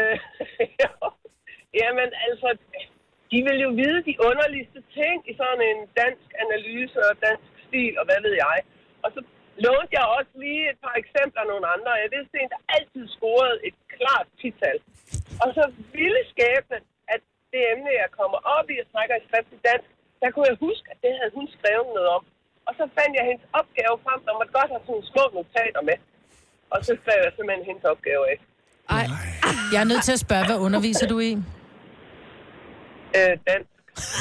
Jamen, altså, de vil jo vide de underligste ting i sådan en dansk analyse og dansk stil, og hvad ved jeg. Og så lånte jeg også lige et par eksempler af nogle andre. Jeg vidste en, der altid scorede et klart 10-tal. Og så ville skæbne, at det emne, jeg kommer op i og snakker i skrift i dansk, der kunne jeg huske, at det havde hun skrevet noget om. Og så fandt jeg hendes opgave frem, der måtte godt have sådan små notater med. Og så skrev jeg simpelthen hendes opgave af. Ej. Jeg er nødt til at spørge, hvad underviser du i? Dansk.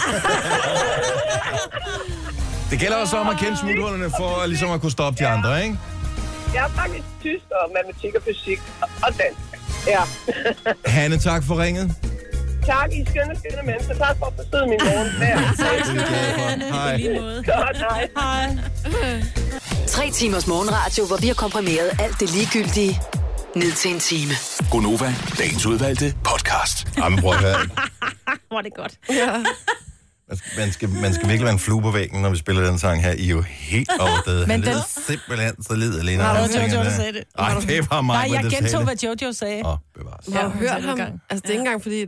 Det gælder også om at kende smuthullerne for ligesom at kunne stoppe de andre, ikke? Jeg er faktisk tysk og matematik og fysik og dansk. Ja. Hanne, tak for ringet. Tak, I skønne mennesker. Tak for at besøge min morgen. Hej. Godt, hej. 3 timers morgenradio, hvor vi har komprimeret alt det ligegyldige ned til en time. Gonova, dagens udvalgte podcast. Jamen, prøv at høre. Var det godt. Ja. Man skal virkelig være en flue på væggen, når vi spiller den sang her. I er jo helt overdøde. Han lyder simpelthen så lid alene. Nej, det var Jojo, der sagde det. Nej, det var mig, nej, jeg gentog, hvad Jojo sagde. Bevares. Jeg har hørt ham. Altså, det er ikke engang fordi...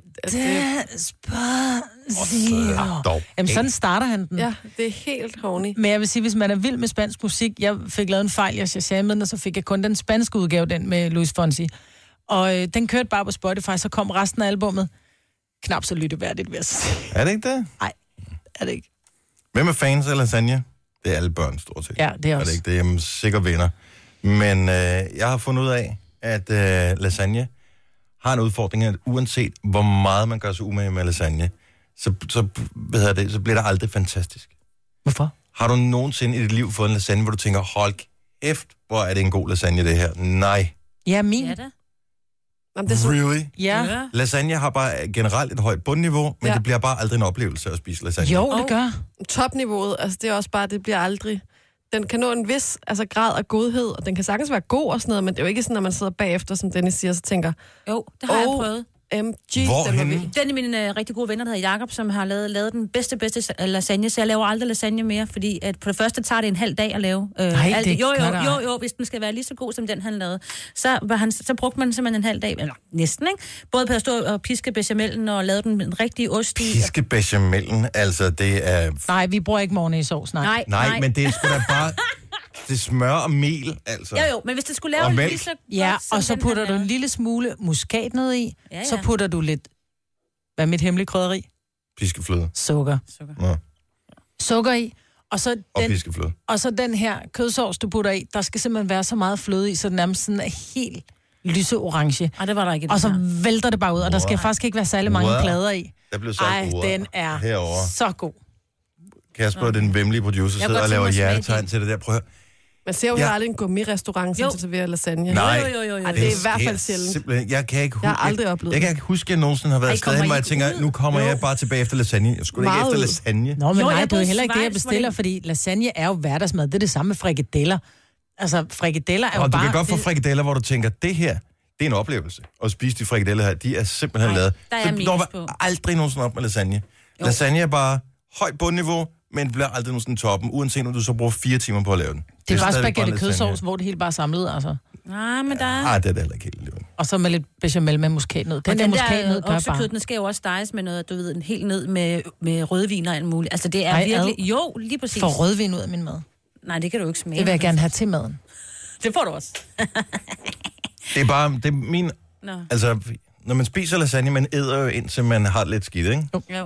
Jamen, sådan starter han den. Ja, det er helt horny. Men jeg vil sige, hvis man er vild med spansk musik, jeg fik lavet en fejl, jeg shazammede den, og så fik jeg kun den spanske udgave, den med Luis Fonsi. Og den kørte bare på Spotify, så kom resten af albummet. Knap så lytteværdigt, vil jeg sige. Er det ikke det? Nej, er det ikke. Hvem er fans af lasagne? Det er alle børn, stort set. Ja, det er også. Er det ikke? Det er jeg sikker vinder. Men jeg har fundet ud af, at lasagne har en udfordring, at uanset hvor meget man gør sig umage med lasagne, så bliver det aldrig fantastisk. Hvorfor? Har du nogensinde i dit liv fået en lasagne, hvor du tænker, hold kæft, hvor er det en god lasagne, det her? Nej. Ja, min. Ja, da. Jamen, det er så... Really? Ja. Lasagne har bare generelt et højt bundniveau, men det bliver bare aldrig en oplevelse at spise lasagne. Jo, det gør. Topniveauet, altså det er også bare, det bliver aldrig... Den kan nå en vis grad af godhed, og den kan sagtens være god og sådan noget, men det er jo ikke sådan, når man sidder bagefter, som Dennis siger, så tænker... Jo, det har jeg prøvet. Hvorhenne? Den er mine rigtig gode venner, der hedder Jakob, som har lavet den bedste lasagne, så jeg laver aldrig lasagne mere, fordi at på det første tager det en halv dag at lave. Jo, hvis den skal være lige så god som den, han lavede. Så brugte man simpelthen en halv dag, eller næsten, ikke? Både på at stå og piske bechamelen og lave den rigtige ost i. Piske bechamelen, altså det er... Nej, vi bruger ikke morgensovs, nej. Nej, men det er sgu da bare... Det smør og mel, altså. Jo, men hvis det skulle lave lige så godt, ja, og så putter du en lille smule muskatnød i, så putter du lidt... Hvad er mit hemmelige krydderi? Piskefløde. Sukker. Ja. Sukker i, og så den, piskefløde. Og så den her kødsovs, du putter i, der skal simpelthen være så meget fløde i, så den nærmest sådan er helt lyseorange. Og det var der ikke. Og så vælter det bare ud, og der skal faktisk ikke være særlig mange plader i. Der blev sagt den er herovre. Så god. Kasper, den vemmelige producer, sidder og laver hjertetegn til det der. Prøv at høre. Man ser jo aldrig en gourmet-restaurant, som serverer lasagne. Nej. Jo. Ej, det er i hvert fald sjældent. Simpelthen, jeg har aldrig oplevet. Jeg kan ikke huske, at jeg nogensinde har været et sted hen, hvor jeg tænker, nu kommer jeg bare tilbage efter lasagne. Jeg skulle ikke efter lasagne. Nå, men nej, det er jo heller ikke det, jeg bestiller, fordi lasagne er jo hverdagsmad. Det er det samme med frikadeller. Altså, frikadeller er jo bare... Og du kan godt få frikadeller, hvor du tænker, det her, det er en oplevelse. At spise de frikadeller her, de er simpelthen lavet. Så når aldrig nogensinde op med lasagne. Lasagne er bare højt bundniveau, men det bliver aldrig nogensinde toppen, uanset om du så bruger 4 timer på at lave den. Det er bare spaghetti kødsovs, hvor det hele bare er samlet, altså. Nej, men der er... det er heller ikke helt. Og så med lidt bechamel med muskatnød. Den der muskatnød gør bare... Den skal jo også steges med noget, du ved, en helt ned med rødvin og alt muligt. Altså, det er virkelig... Jo, lige præcis. For rødvin ud af min mad. Nej, det kan du ikke smage. Det vil jeg gerne have til maden. Det får du også. Det er bare... Det er min... No. Altså... Når man spiser lasagne, man æder jo indtil man har lidt skidt, ikke? Jo.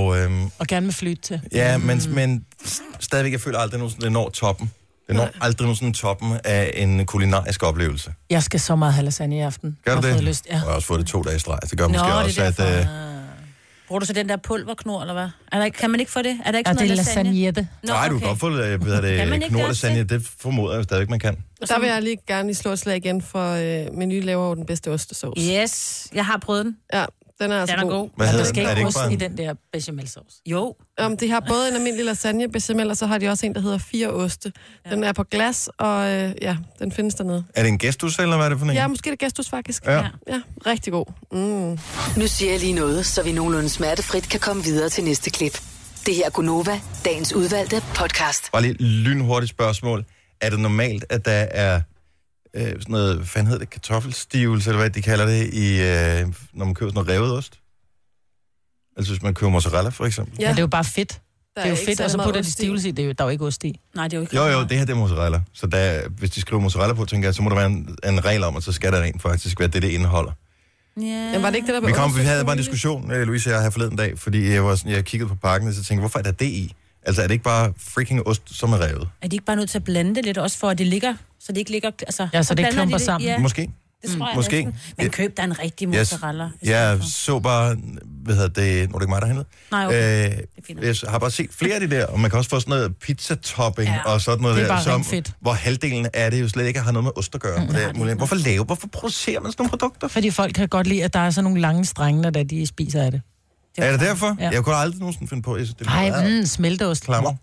Og gerne med flyt til. Ja, men stadigvæk, jeg føler aldrig nogensinde, det når toppen. Det når aldrig nogensinde toppen af en kulinarisk oplevelse. Jeg skal så meget have lasagne i aften. Gør du det? Lyst, ja. Jeg har også fået det 2 dage i streg. Det gør måske også, at... Bruger du så den der pulverknor, eller hvad? Kan man ikke få det? Er der ikke sådan noget lasagne? Nej, du kan godt få knorlasagne. Det formoder jeg stadigvæk, man kan. Der vil jeg lige gerne slå et slag igen, for Meny laver jo den bedste ostesauce. Yes, jeg har prøvet den. Ja, den er altså god. Hvad hedder der skal ikke ost i den der bechamelsauce. Jo. De har både en almindelig lasagne bechamel, og så har de også en, der hedder 4 oste. Den er på glas, og den findes dernede. Er det en gestus, eller hvad er det for en? Ja, måske er det gestus faktisk. Ja, rigtig god. Nu siger jeg lige noget, så vi nogenlunde smertefrit kan komme videre til næste klip. Det her er Gunova, dagens udvalgte podcast. Bare lige lynhurtigt spørgsmål. Er det normalt, at der er sådan noget, hvad fanden hedder det, kartoffelstivelse, eller hvad de kalder det, når man køber sådan noget revet ost? Altså hvis man køber mozzarella, for eksempel. Ja, det er jo bare fedt. Det er jo fedt, og så putter de stivelse i. Der er jo ikke ost i. Nej, det er jo ikke. Jo, det her det er mozzarella. Så hvis de skriver mozzarella på, tænker jeg, så må der være en regel om, at så skal der rent faktisk være det indeholder. Ja, var det ikke det, der vi havde bare en diskussion, Louise og jeg, her forleden dag, fordi jeg kiggede på pakken, og så tænkte, hvorfor er der det i? Altså, er det ikke bare freaking ost, som er revet? Er de ikke bare nødt til at blande det lidt, også for at det ligger, så det ikke ligger... Altså, ja, så det ikke klumper sammen. Ja. Måske. Det tror jeg måske. Næsten. Men køb der en rigtig mozzarella. Jeg så bare, nu er det ikke mig, der handlede. Nej, okay. Jeg har bare set flere af de der, og man kan også få sådan noget pizza-topping og sådan noget det er der, bare fedt. Hvor halvdelen af det jo slet ikke har noget med ost at gøre. Hvorfor producerer man sådan nogle produkter? Fordi folk kan godt lide, at der er sådan nogle lange strenge, når de spiser af det. Er det derfor? Ja. Jeg kunne aldrig nogensinde finde på, nej, smelteost. Klammer.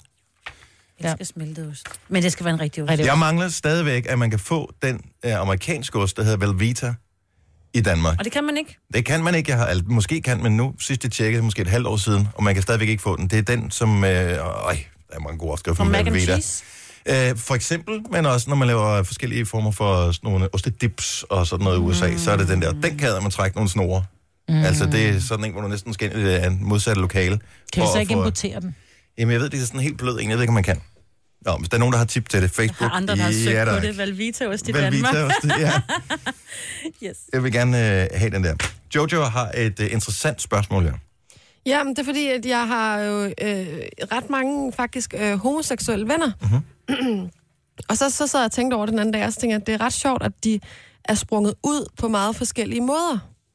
Det skal smelte ost. Men det skal være en rigtig ost. Jeg mangler stadigvæk, at man kan få den amerikanske ost, der hedder Velveeta i Danmark. Og det kan man ikke? Det kan man ikke. Måske kan, men nu, sidst jeg tjekkede, måske et halvt år siden, og man kan stadigvæk ikke få den. Det er den, som... der er mange gode opskrifter med Velveeta. For eksempel, men også når man laver forskellige former for sådan nogle ostedips og sådan noget i USA, så er det den der. Den kan man trække nogle snore. Altså, det er sådan en, hvor du næsten skal ind i en modsatte lokale. Kan du så ikke importere den? Jamen, jeg ved, det er sådan en helt blød en. Jeg ved ikke, om man kan. Nå, hvis der er nogen, der har tip til det, Facebook. Der er andre, der har søgt på det. Velveeta-ost i Danmark. Velveeta-ost, ja. Yes. Jeg vil gerne have den der. Jojo har et interessant spørgsmål her. Ja, men det er fordi, at jeg har jo ret mange faktisk homoseksuelle venner. Mm-hmm. Og så sad jeg og tænkte over den anden dag, og så tænkte jeg, at det er ret sjovt, at de er sprunget ud på meget forskellige måder.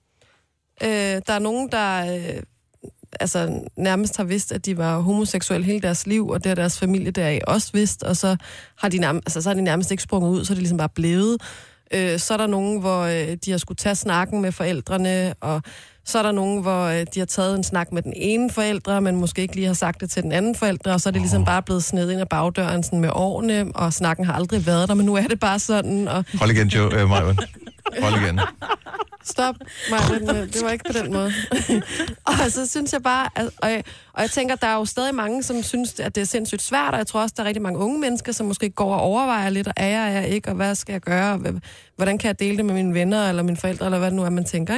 Der er nogen, der nærmest har vidst, at de var homoseksuelle hele deres liv, og det har deres familie deraf også vidst, og så har de nærmest ikke sprunget ud, så er de ligesom bare blevet. Så er der nogen, hvor de har skulle tage snakken med forældrene, og så er der nogen, hvor de har taget en snak med den ene forældre, men måske ikke lige har sagt det til den anden forældre, og så er det ligesom bare blevet snedet ind ad bagdøren sådan med årene, og snakken har aldrig været der, men nu er det bare sådan. Og... Hold igen, Joe, Maja. Hold igen. Stop, Maja, det var ikke på den måde. Og så synes jeg bare, og jeg tænker, der er jo stadig mange, som synes, at det er sindssygt svært, og jeg tror også, der er rigtig mange unge mennesker, som måske går og overvejer lidt, og er jeg ikke, og hvad skal jeg gøre, og hvordan kan jeg dele det med mine venner, eller mine forældre, eller hvad det nu er, man tænker,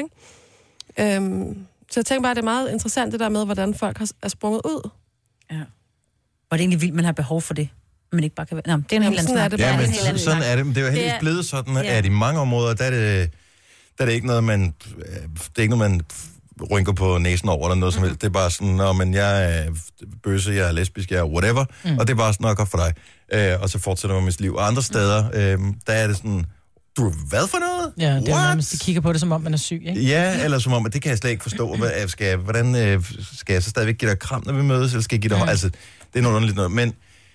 ikke? Så jeg tænker bare, det er meget interessant, det der med, hvordan folk er sprunget ud. Ja. Hvor det egentlig vildt, man har behov for det. Men ikke bare kan være... Nå, det er en helt anden snak. Ja, men sådan er det. Men det er jo heldigvis blevet sådan, at i mange områder, der er det ikke noget, man... Det er ikke noget, man rynker på næsen over, eller noget som helst. Det er bare sådan, men jeg er bøsse, jeg er lesbisk, jeg er whatever, og det er bare sådan noget godt for dig. Og så fortsætter man med sit liv. Og andre steder, der er det sådan... Du hvad for noget? Ja, det er nærmest, de kigger på det, som om man er syg, ikke? Ja, eller som om, at det kan jeg slet ikke forstå. Hvordan skal jeg så stadigvæk give dig kram, når vi mødes, eller skal jeg give dig... Altså, det er noget underligt noget.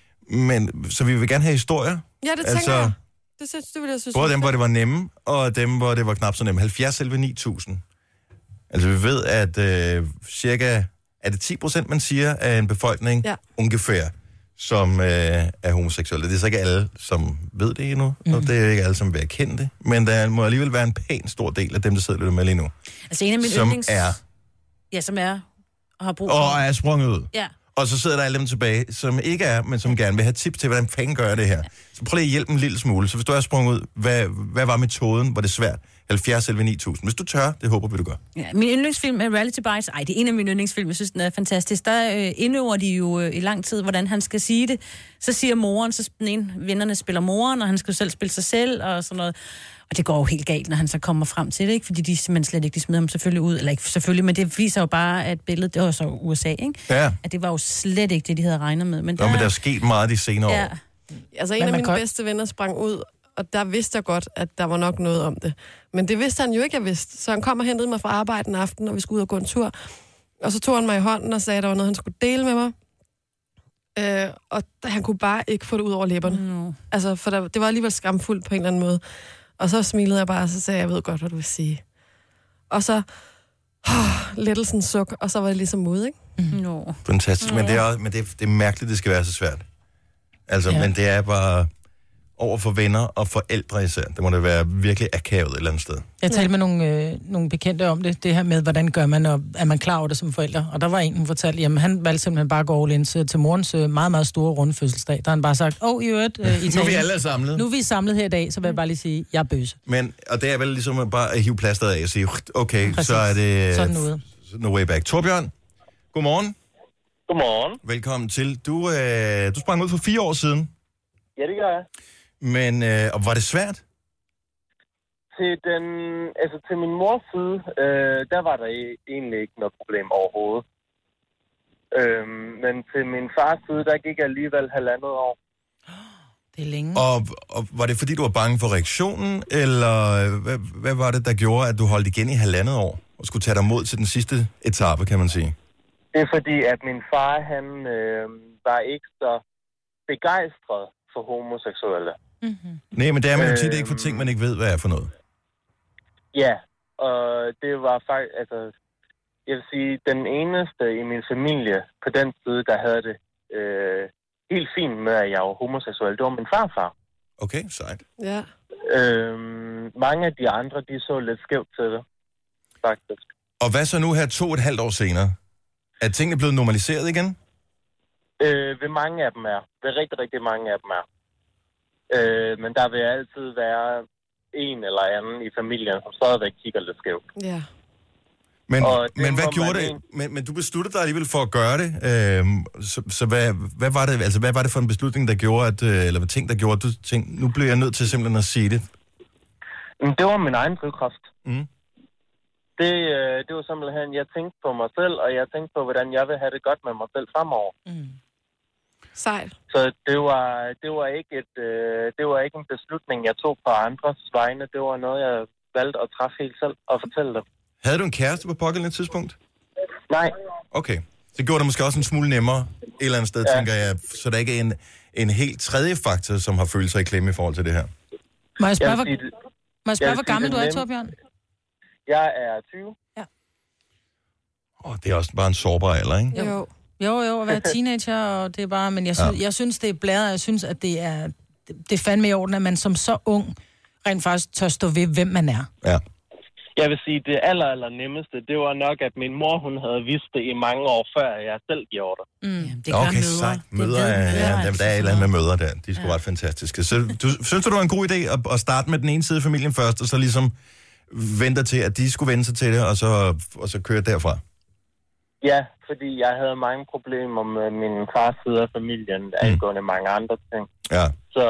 Men så vi vil gerne have historier. Ja, det tænker jeg. Det vil jeg synes. Både dem, hvor det var nemme, og dem, hvor det var knap så nemme. 70-9000. Altså, vi ved, at cirka... Er det 10%, man siger, af en befolkning, ungefær, som er homoseksuelle. Det er så ikke alle, som ved det endnu, og det er ikke alle, som vil erkende det, men der må alligevel være en pæn stor del af dem, der sidder lidt med lige nu. Altså en af mine som er... Ja, som er og har brug for... Og er sprunget ud. Ja. Og så sidder der alle dem tilbage, som ikke er, men som gerne vil have tips til, hvordan fanden gør jeg det her. Så prøv lige at hjælpe en lille smule. Så hvis du er sprunget ud, hvad var metoden? Var det svært? 70-9000. Hvis du tør, det håber vi, du gør. Ja, min yndlingsfilm er Reality Bites. Det er en af mine yndlingsfilm. Jeg synes, den er fantastisk. Der indøver de jo i lang tid, hvordan han skal sige det. Så siger moren, så den ene vennerne spiller moren, og han skal jo selv spille sig selv, og sådan noget. Og det går jo helt galt, når han så kommer frem til det, ikke? Fordi de simpelthen slet ikke, de smider ham selvfølgelig ud. Eller ikke selvfølgelig, men det viser jo bare, at billedet, det var så USA, ikke? Ja. At det var jo slet ikke det, de havde regnet med. Men der er sket meget de senere år. Altså en af mine bedste venner sprang ud, og der vidste jeg godt, at der var nok noget om det. Men det vidste han jo ikke, jeg vidste. Så han kom og hentede mig fra arbejde en aften, og vi skulle ud og gå en tur. Og så tog han mig i hånden og sagde, at der var noget, han skulle dele med mig. Og han kunne bare ikke få det ud over læberne. Altså, for det var alligevel skamfuldt på en eller anden måde. Og så smilede jeg bare, og så sagde jeg ved godt, hvad du vil sige. Og så lettelsen suk, og så var det ligesom ude, ikke? Fantastisk, men det er mærkeligt, det skal være så svært. Altså, men det er bare... over for venner og forældre især. Det må da være virkelig akavet et eller andet sted. Jeg talte med nogle bekendte om det her med, hvordan gør man, og er man klar over det som forældre? Og der var en, hun fortalte, jamen han valgte simpelthen bare at gå all in til morens meget, meget store runde fødselsdag. Der har han bare sagt, i øvrigt, nu er vi alle samlet. Nu er vi samlet her i dag, så vil jeg bare lige sige, jeg er bøse. Men, og det er vel ligesom bare at hive plasteret af og sige, okay, præcis. Så er det... Sådan ude. No way back. Torbjørn, godmorgen. Godmorgen. Velkommen til. Du sprang ud for 4 år siden. Ja, det gør jeg. Men var det svært? Til min mors side, der var der egentlig ikke noget problem overhovedet. Men til min fars side, der gik jeg alligevel 1,5 år. Det er længe. Og var det fordi, du var bange for reaktionen, eller hvad var det, der gjorde, at du holdt igen i 1,5 år og skulle tage dig mod til den sidste etape, kan man sige? Det er fordi, at min far, han var ikke så begejstret for homoseksuelle. Mm-hmm. Nej, men det er man jo tit ikke for ting, man ikke ved, hvad er for noget. Ja, og det var faktisk, jeg vil sige, den eneste i min familie på den side, der havde det helt fint med, at jeg var homoseksuel, det var min farfar. Okay, sejt. Ja. Mange af de andre, de så lidt skævt til det, faktisk. Og hvad så nu her 2,5 år senere? Er tingene blevet normaliseret igen? Ved mange af dem er. Ved rigtig, rigtig mange af dem er. Men der vil altid være en eller anden i familien, som stadigvæk kigger lidt skævt. Ja. Men hvad gjorde det? Men du besluttede dig alligevel for at gøre det. Så hvad var det? Altså, hvad var det for en beslutning, der gjorde, eller hvad ting, der gjorde, at du tænkte, nu bliver jeg nødt til simpelthen at sige det? Det var min egen drivkraft. Mm. Det var simpelthen, jeg tænkte på mig selv, og jeg tænkte på, hvordan jeg vil have det godt med mig selv fremover. Mm. Sejt. Så det var ikke en beslutning, jeg tog på andres vegne. Det var noget, jeg valgte at træffe helt selv og fortælle dem. Havde du en kæreste på pågældende tidspunkt? Nej. Okay. Det gjorde det måske også en smule nemmere et eller andet sted, tænker jeg. Så der ikke er en helt tredje faktor, som har følt sig i klemme i forhold til det her. Må jeg spørge, hvor gammel du er, Torbjørn? Jeg er 20. Ja. Det er også bare en sårbar alder, ikke? Jo, at være teenager, og det er bare... Men jeg synes, det er blæret, jeg synes, at det er fandme i orden, at man som så ung rent faktisk tør stå ved, hvem man er. Ja. Jeg vil sige, det aller nemmeste, det var nok, at min mor, hun havde vidst det i mange år, før jeg selv gjorde det. Det gør okay, mødre. sejt. Mødre der er et eller andet med mødre der. De er sgu ret fantastiske. Så synes du, det var en god idé at starte med den ene side af familien først, og så ligesom vente til, at de skulle vende sig til det, og så køre derfra? Ja, fordi jeg havde mange problemer med min fars side af familien, angående mange andre ting. Ja. Så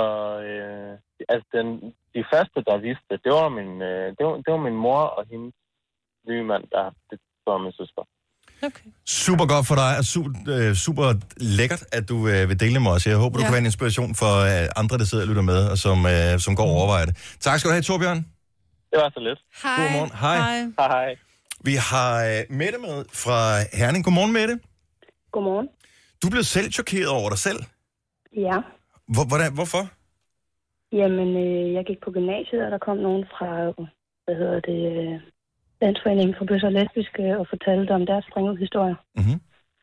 de første, der vidste det, det var min mor og hendes nye mand, det var min søster. Okay. Super godt for dig, og super lækkert, at du vil dele med os. Jeg håber, du kan være en inspiration for andre, der sidder og lytter med, og som går og overvejer det. Tak skal du have, Torbjørn. Det var så lidt. Hej. Godmorgen. Hej. Hej. Vi har Mette med fra Herning. Godmorgen, Mette. Godmorgen. Du blev selv chokeret over dig selv. Ja. Hvorfor? Jamen, jeg gik på gymnasiet, og der kom nogen fra, Landsforeningen for bøsser og lesbiske, og fortalte om deres springudhistorier. Mm-hmm.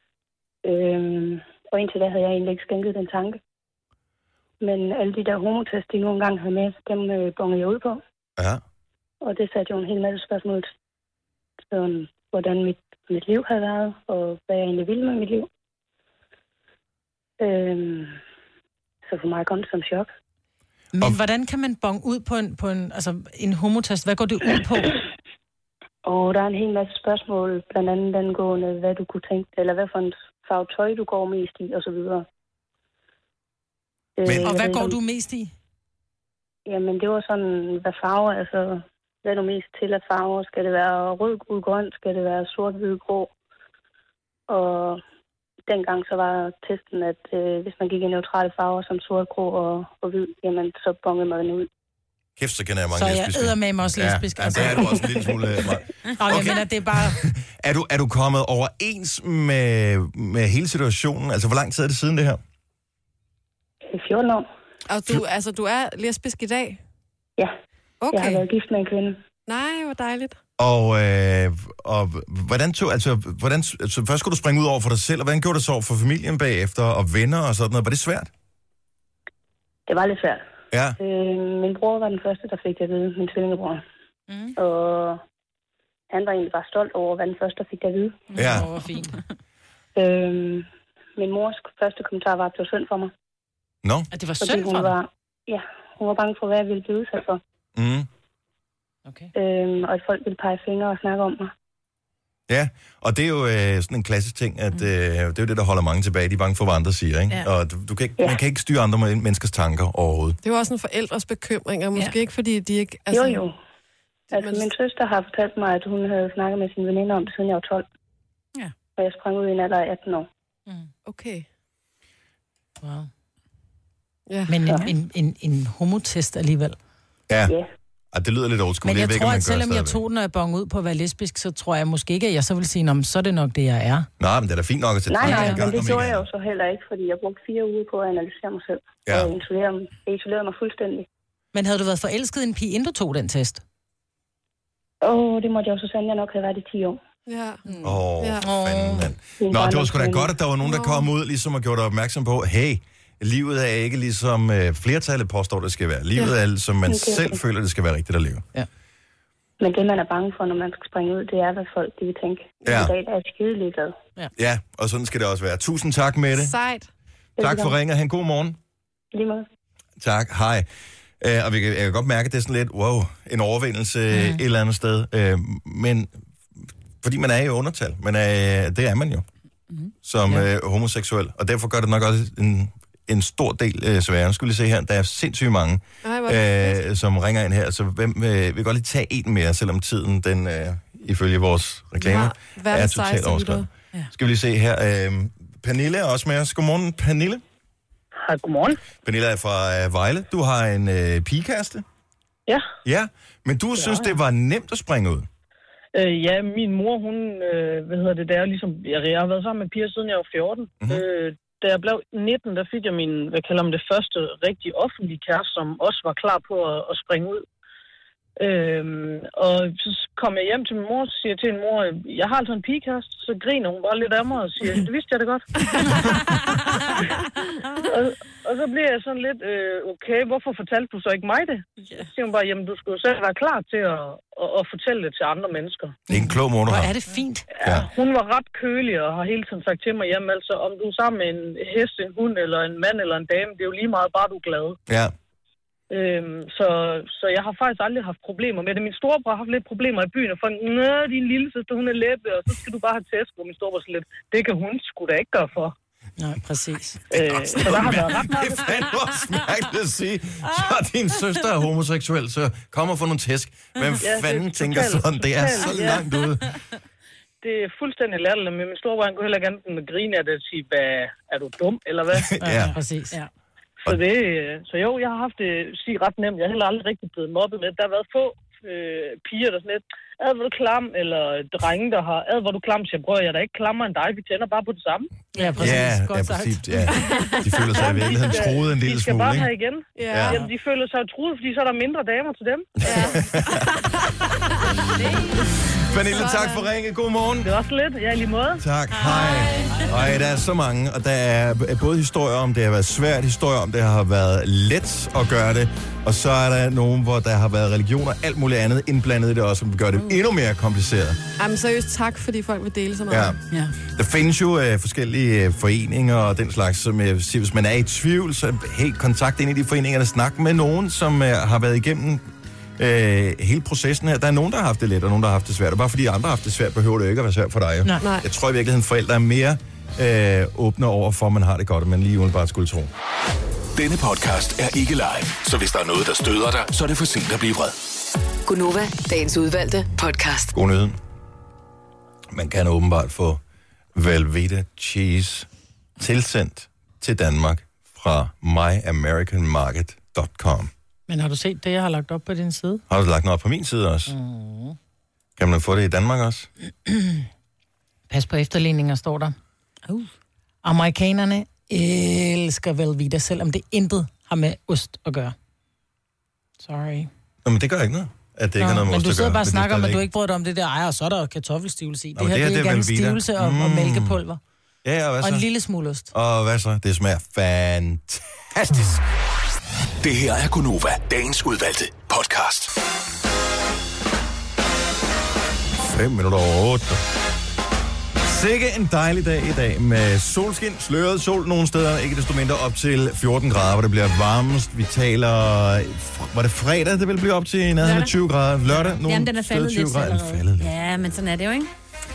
Og indtil da havde jeg egentlig ikke skænket den tanke. Men alle de der homotest, de nu engang havde med, dem bongede jeg ud på. Ja. Og det satte jo en hel masse spørgsmål til, hvordan mit liv havde været, og hvad jeg egentlig ville med mit liv. Så for mig kom det som chok. Men hvordan kan man bonge ud på en homotest? Hvad går det ud på? Og der er en hel masse spørgsmål, blandt andet angående, hvad du kunne tænke, eller hvad for en farve tøj, du går mest i, og så videre. Og hvad går du mest i? Jamen, det var sådan, hvad farver, altså, hvad er du mest til af farver? Skal det være rød, gul, grøn? Skal det være sort, hvid, grå? Og dengang så var testen, at hvis man gik i neutrale farver som sort, grå og hvid, jamen, så bongede man ud. Kæft, så kender jeg mange lesbiske. Så jeg eddermame også lesbisk. Ja, det er du også en lille smule. Okay. Jeg mener, det er bare... Er du kommet overens med hele situationen? Altså, hvor lang tid er det siden det her? 14 år. Og du er lesbisk i dag? Ja. Okay. Jeg har været gift med en kvinde. Nej, hvor dejligt. Og så først skulle du springe ud over for dig selv, og hvordan gjorde du så over for familien bagefter, og venner og sådan noget? Var det svært? Det var lidt svært. Ja. Min bror var den første, der fik det at vide, min tvillingebror. Og han var egentlig bare stolt over, hvad den første, der fik det at vide. Ja. Det var fint. Min mors første kommentar var, at det var synd for mig. Nå? At det var synd for dig? Ja, hun var bange for, hvad jeg ville blive udsat for. Mm. Okay. Og at folk ville pege fingre og snakke om mig. Ja, og det er jo sådan en klassisk ting, at det er jo det, der holder mange tilbage. De er bange for, hvad andre siger, ikke? Ja. Og man kan ikke styre andre menneskers tanker overhovedet. Det er jo også en forældres bekymring, og måske ikke, fordi de ikke... Altså... Jo. Altså, min søster har fortalt mig, at hun havde snakket med sine veninder om det, siden jeg var 12. Ja. Og jeg sprang ud i en alder af 18 år. Okay. Wow. Ja. Men en homotest alligevel. Ja. Og det lyder lidt old school. Men jeg tror, at selvom jeg tog den, når jeg bonge ud på at være lesbisk, så tror jeg måske ikke, at jeg så vil sige, så er det nok det, jeg er. Nej, men det er da fint nok at sætte Nej, men det gjorde jeg jo så heller ikke, fordi jeg brugte 4 uger på at analysere mig selv. Og isolere mig fuldstændig. Men havde du været forelsket i en pige, inden du tog den test? Det måtte jeg jo så sandelig nok have været i 10 år. Ja. Fanden, mand. Nå, det var sgu da godt, at der var nogen, der kom ud ligesom og gjorde dig opmærksom på, hey, livet er ikke ligesom flertallet påstår, det skal være. Livet er, som man selv føler, det skal være rigtigt at leve. Ja. Men det, man er bange for, når man skal springe ud, det er, hvad folk de vil tænke. Ja. I dag er jeg skidelig glad. Ja, og sådan skal det også være. Tusind tak, Mette. Sejt. Tak for ringet. Ha' en god morgen. Lige måde. Tak. Hej. Og jeg kan godt mærke, at det er sådan lidt, en overvindelse et eller andet sted. Men fordi man er i undertal. Men det er man jo. Som homoseksuel. Og derfor gør det nok også en stor del sværere. Nu skal vi se her, der er sindssygt mange, som ringer ind her. Så vi kan godt lige tage en mere, selvom tiden, den ifølge vores reklame, er totalt overskredet. Ja. Skal vi lige se her. Pernille er også med os. Godmorgen, Pernille. Hej, godmorgen. Pernille er fra Vejle. Du har en pigekæreste. Ja. Ja, men du synes, det var nemt at springe ud? Ja, min mor, hun, det er ligesom, jeg har været sammen med piger, siden jeg var 14. Da jeg blev 19, der fik jeg min, det første rigtig offentlige kæreste, som også var klar på at springe ud. Og så kom jeg hjem til min mor, og siger til min mor, jeg har altså en pigekæreste, så griner hun bare lidt af mig og siger, det vidste jeg da godt. og så bliver jeg sådan lidt, okay, hvorfor fortalte du så ikke mig det? Så siger hun bare, jamen du skulle jo selv være klar til at fortælle det til andre mennesker. Det er en klog mor, du har. Hvor er det fint. Ja, hun var ret kølig og har hele tiden sagt til mig, jamen altså, om du er sammen med en hest, en hund eller en mand eller en dame, det er jo lige meget, bare du er glad. Ja. Så jeg har faktisk aldrig haft problemer med det. Min storebror har haft lidt problemer i byen, og for din lille søster, hun er læbe, og så skal du bare have tæsk, og min storebror så lidt, det kan hun sgu da ikke gøre for. Nej, præcis. Så der har været ret meget. Det er fandme også mærkeligt at sige, så din søster er homoseksuel, så kom og få nogle tæsk. Hvem fanden tænker sådan? Det er så langt ude. Det er fuldstændig latterligt, men min storebror, han kunne heller ikke enten grine af det og sige, er du dum, eller hvad? Ja, præcis. Ja. Så jo, jeg har haft det ret nemt. Jeg har heller aldrig rigtig blevet mobbet med. Der har været få piger, der sådan lidt, hvor du klam, eller drenge, der har, hvor du klam, siger, bror, jeg er da ikke klammer end dig, vi tænder bare på det samme. Ja, præcis. Godt sagt. Ja. De føler sig i virkeligheden truet en lille smule, ikke? De skal bare have igen. Ja. Jamen, de føler sig truet, fordi så er der mindre damer til dem. Ja. Pernille, tak for ringet. God morgen. Det var så lidt. Ja, lige måde. Tak. Hej. Ej, der er så mange, og der er både historier om, det har været svært, historier om, det har været let at gøre det, og så er der nogen, hvor der har været religion og alt muligt andet indblandet i det også, som gør det endnu mere kompliceret. Jamen seriøst, tak, fordi folk vil dele så meget. Ja. Der findes jo forskellige foreninger og den slags, som jeg siger, hvis man er i tvivl, så helt kontakt ind i de foreninger, der snakker med nogen, som har været igennem hele processen her. Der er nogen, der har haft det let, og nogen, der har haft det svært. Og bare fordi andre har haft det svært, behøver det jo ikke at være svært for dig. Nej. Jeg tror i virkeligheden, forældre er mere åbne over for, at man har det godt, og man lige umiddelbart skulle tro. Denne podcast er ikke live, så hvis der er noget, der støder dig, så er det for sent at blive vred. Gunova, dagens udvalgte podcast. God nyhed. Man kan åbenbart få Velveeta cheese tilsendt til Danmark fra myamericanmarket.com. Men har du set det, jeg har lagt op på din side? Har du lagt noget op på min side også? Mm. Kan man få det i Danmark også? Pas på efterligninger, står der. Amerikanerne elsker Velveeta, selvom det intet har med ost at gøre. Sorry. Nå, men det gør ikke noget, at det ikke er noget med ost at gøre. Men du sidder bare og snakker om, at du ikke bryder dig om det der, og så er der kartoffelstivelse i. Nå, det her det er gerne stivelse og mælkepulver. Ja, og hvad så? Og en lille smule ost. Og hvad så? Det smager fantastisk. Det her er Gunova, dagens udvalgte podcast. 5 minutter over 8. Sikke en dejlig dag i dag med solskin, sløret sol nogle steder, ikke desto mindre op til 14 grader, hvor det bliver varmest. Vi taler, var det fredag, det vil blive op til nærmere 20 grader? Lørdag? Jamen, den er faldet lidt. Ja, men sådan er det jo, ikke?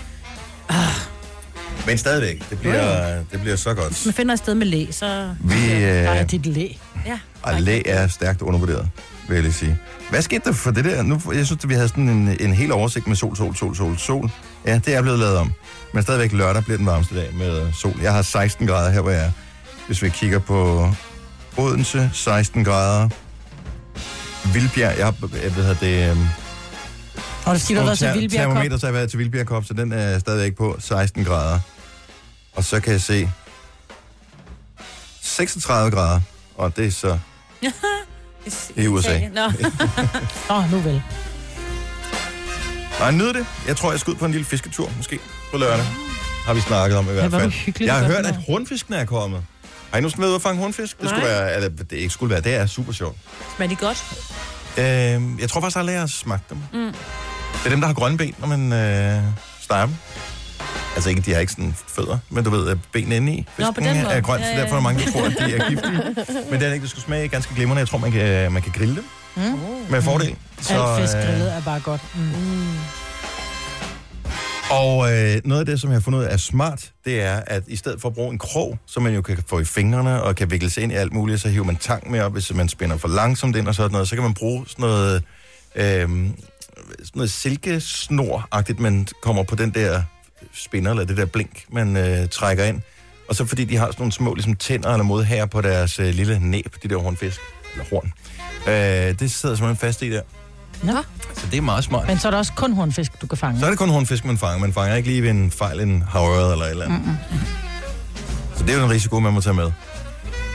Men stadigvæk, det bliver så godt. Man finder et sted med læ, så... Nej, dit læ. Ja. Og læ er stærkt undervurderet, vil jeg lige sige. Hvad skete der for det der? Nu, jeg synes, at vi havde sådan en hel oversigt med sol. Ja, det er blevet lavet om. Men stadigvæk lørdag bliver den varmeste dag med sol. Jeg har 16 grader her, hvor jeg er. Hvis vi kigger på Odense, 16 grader. Vildbjerg, jeg ved det... Og det du har været til Vildbjerg Kop? Termometer, så har jeg været til Vildbjerg Kop, så den er stadigvæk på 16 grader. Og så kan jeg se 36 grader, og det er så i USA. Nu vel. Og jeg nyder det. Jeg tror, jeg skal ud på en lille fisketur, måske på lørdag. Har vi snakket om i hvert fald. Jeg har hørt, at hornfiskene er kommet. Har I nu været ude at fange hornfisk? Det skulle være, eller det ikke skulle være, det er super sjovt. Smager de godt? Jeg tror faktisk aldrig, jeg har smagt dem. Det er dem, der har grønne ben, når man steger dem. Altså ikke, de har ikke sådan fødder, men du ved, at benene inde i fisken er grønt, så derfor er der mange, der tror, at de er giftige. Men det er ikke, det skulle smage ganske glimrende. Jeg tror, man kan grille dem med fordel. Så, alt fisk grillet er bare godt. Og noget af det, som jeg har fundet ud af er smart, det er, at i stedet for at bruge en krog, som man jo kan få i fingrene og kan vikle sig ind i alt muligt, så hiver man tang med op, hvis man spænder for langsomt ind og sådan noget. Så kan man bruge sådan noget silkesnor-agtigt, man kommer på den der spinner, eller det der blink, man trækker ind. Og så fordi de har sådan nogle små ligesom tænder eller modhager på deres lille næb, de der hornfisk, eller horn. Det sidder simpelthen fast i der. Nå. Så det er meget smart. Men så er det også kun hornfisk, du kan fange? Så er det kun hornfisk, man fanger. Man fanger ikke lige ved en fejl, en havørred eller et eller andet. Så det er jo en risiko, man må tage med.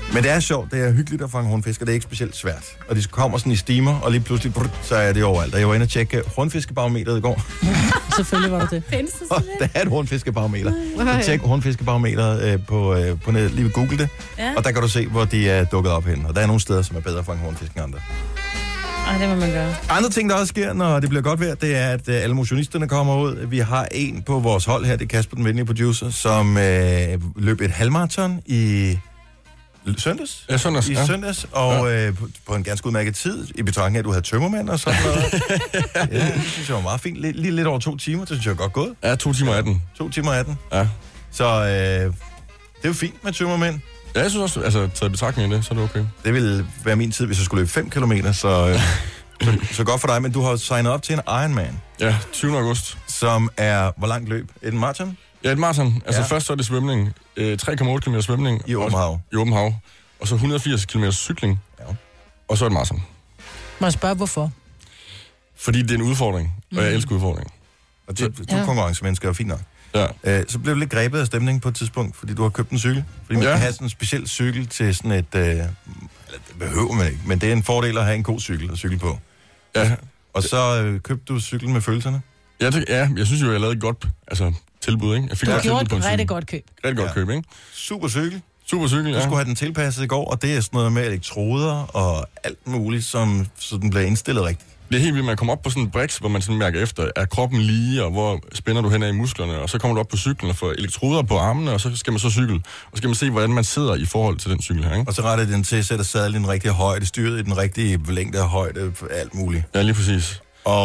Men det er sjovt, det er hyggeligt at fange hornfisk, og det er ikke specielt svært. Og de kommer sådan i stimer, og lige pludselig, så er det overalt. Og jeg var inde og tjekke hornfiskebarometeret i går. Selvfølgelig var det det. Og der er et hornfiskebarometer. Så tjek hornfiskebarometeret på net, lige ved Google det. Ja. Og der kan du se, hvor de er dukket op hen. Og der er nogle steder, som er bedre at fange hornfisk end andre. Ej, det må man gøre. Andre ting, der også sker, når det bliver godt vejr, det er, at alle motionisterne kommer ud. Vi har en på vores hold her, det er Kasper, den venlige producer, som løb et halvmarathon i søndags. Ja, søndags. I søndags, og på en ganske udmærket tid, i betragtning af, at du havde tømmermand og sådan noget. Ja, det synes jeg var meget fint. Lidt over 2 timer, det synes jeg var godt gået. Ja, 2 timer 18. 2 timer 18. Ja. Så det er jo fint med tømmermænd. Ja, jeg synes også, altså taget betragtning af det, så er det okay. Det ville være min tid, hvis jeg skulle løbe 5 kilometer, så godt for dig. Men du har signet op til en Ironman. Ja, 20. august. Som er, hvor langt løb? Et maraton? Ja, et maraton. Altså først så er det svømning. 3,8 km svømning. I åben hav. I åben hav. Og så 180 km cykling. Ja. Og så et maraton. Må jeg spørge, hvorfor? Fordi det er en udfordring, og jeg elsker udfordring. Og du er konkurrencemenneske, og fint nok. Ja. Så blev du lidt grebet af stemningen på et tidspunkt, fordi du har købt en cykel. Fordi man kan have sådan en speciel cykel til sådan et... det behøver man ikke, men det er en fordel at have en god cykel at cykle på. Ja. Og så købte du cyklen med følelserne? Ja, jeg synes jo, jeg lavede et godt tilbud, ikke? Jeg fik et rigtig godt køb. Rigtig godt køb, ikke? Super cykel. Super cykel, Du skulle have den tilpasset i går, og det er sådan noget med elektroder og alt muligt, så den bliver indstillet rigtigt. Det er helt vildt, man kommer op på sådan en briks, hvor man sådan mærker efter, er kroppen lige, og hvor spænder du hen i musklerne, og så kommer du op på cyklen og får elektroder på armene, og så skal man så cykle. Og så skal man se, hvordan man sidder i forhold til den cykel her, ikke? Og så retter den til at sætte sadlen i den rigtige højde, styret i den rigtige længde og højde, alt muligt. Ja, lige præcis.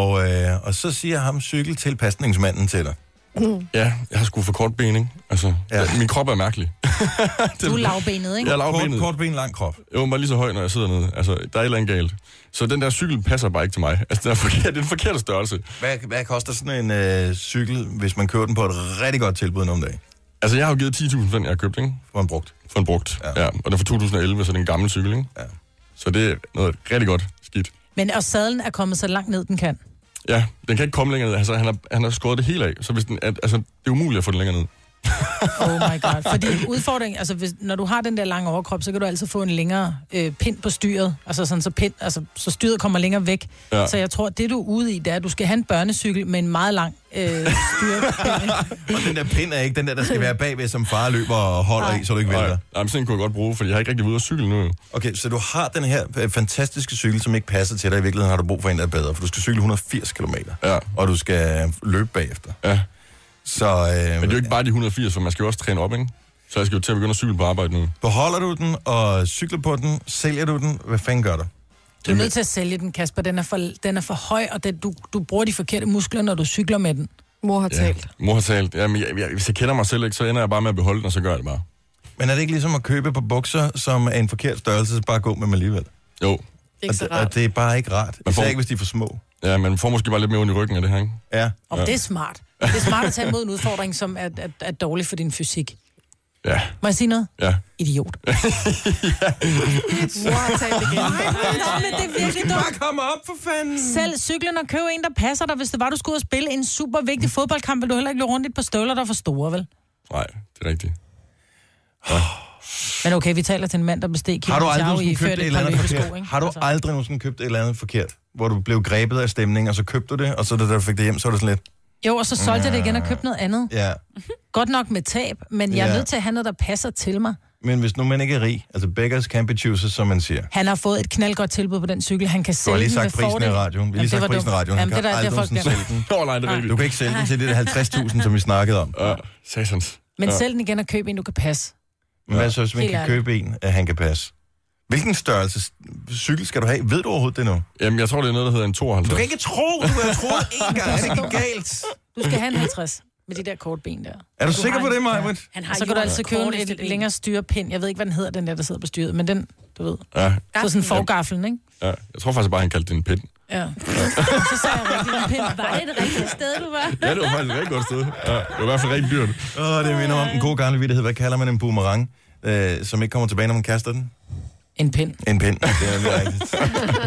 Og så siger ham cykeltilpasningsmanden til dig. Ja, jeg har sgu for kort ben, ikke? Altså, min krop er mærkelig. Du er lavbenet, ikke? Jeg er lavbenet. Kort ben, lang krop. Jeg er bare lige så høj, når jeg sidder nede. Altså, der er et eller andet galt. Så den der cykel passer bare ikke til mig. Altså, det er den forkerte størrelse. Hvad koster sådan en cykel, hvis man køber den på et rigtig godt tilbud nogle dage? Altså, jeg har jo givet 10.000 for den, jeg har købt, ikke? For en brugt. For en brugt, ja. Og den er fra 2011, så det er en gammel cykel, ikke? Ja. Så det er noget rigtig godt skidt. Men og sadlen er kommet så langt ned, den kan? Ja, den kan ikke komme længere ned. Altså, han har skåret det hele af, så hvis det er umuligt at få den længere ned. Oh my god. Fordi udfordringen, altså når du har den der lange overkrop, så kan du altid få en længere pind på styret. Altså sådan, så styret kommer længere væk. Ja. Så jeg tror, det du er ude i, det er, at du skal have en børnecykel med en meget lang styrepind. Og den der pind er ikke den der skal være bagved, som far løber og holder i, så du ikke vælter. Nej, men sådan kunne jeg godt bruge, fordi jeg har ikke rigtig været ude at cykle nu. Okay, så du har den her fantastiske cykel, som ikke passer til dig. I virkeligheden har du brug for en, der er bedre, for du skal cykle 180 km. Ja. Og du skal løbe bagefter. Ja. Så, men det er jo ikke bare de 180, for man skal jo også træne op, ikke? Så jeg skal jo til at begynde at cykle på arbejde nu. Beholder du den og cykler på den? Sælger du den? Hvad fanden gør du? Du er nødt til at sælge den, Kasper. Den er for høj, og du bruger de forkerte muskler, når du cykler med den. Mor har talt. Mor har talt. Jamen, hvis jeg kender mig selv ikke, så ender jeg bare med at beholde den, og så gør jeg det bare. Men er det ikke ligesom at købe på bukser, som er en forkert størrelse, så bare gå med dem alligevel? Jo. Og det er bare ikke rart. Især ikke, hvis de er for små. Ja, man får måske bare lidt mere ondt i ryggen af det her, ikke? Ja. Og det er smart. Det er smart at tage imod en udfordring, som er dårlig for din fysik. Ja. Må jeg sige noget? Ja. Idiot. Mor har talt igen. Men det er virkelig dumt. Bare komme op, for fanden. Selv cyklen og købe en, der passer dig. Hvis det var, du skulle ud og spille en super vigtig fodboldkamp, vil du heller ikke løbe rundt i et par støvler, der er for store, vel? Nej, det er rigtigt. Ja. Men okay, vi taler til en mand, der besteg Har du aldrig nogensinde købt et eller andet forkert? Har du aldrig nogensinde købt et eller andet forkert? Hvor du blev grebet af stemning, og så købte du det, og så da du fik det hjem, så var det sådan lidt... Jo, og så solgte jeg det igen og købte noget andet. Ja. Godt nok med tab, men jeg er nødt til at have noget, der passer til mig. Men hvis nu man ikke er rig, altså beggars can't be choosers, som man siger. Han har fået et knaldgodt tilbud på den cykel. Han kan sælge den med fordel. Du har lige sagt prisen i radioen. Vi har lige sagt prisen i radioen. Han kan aldrig nogensinde sælge den. Du kan ikke sælge den til det der 50.000, som vi snakkede om. Satans. Men sælg den igen og køb en, du kan passe. Men hvad så, hvis man kan købe en, at han kan passe? Hvilken størrelse cykel skal du have? Ved du overhovedet det nu? Jamen, jeg tror, det er noget, der hedder en 52. Du kan ikke tro, du har troet en gang. Det er ikke galt. Du skal have en 50 med de der korte ben der. Er du sikker på det, Majbrit? Ja. Så kan du altså købe en længere styrepind. Jeg ved ikke, hvad den hedder, den der sidder på styret, men den, du ved. Ja. Så sådan forgaffelen, ikke? Ja, jeg tror faktisk bare, han kaldte det en pind. Ja. Så sagde jeg rigtig en pind. Var det et rigtigt sted, du var? Ja, det var faktisk et rigtig godt sted. Ja, det var i hvert fald rigtig dyrt. Det minder om en god gammel vittighed. Hvad kalder man en boomerang, som ikke kommer tilbage, når man kaster den? En pind. En pind, det er rigtigt.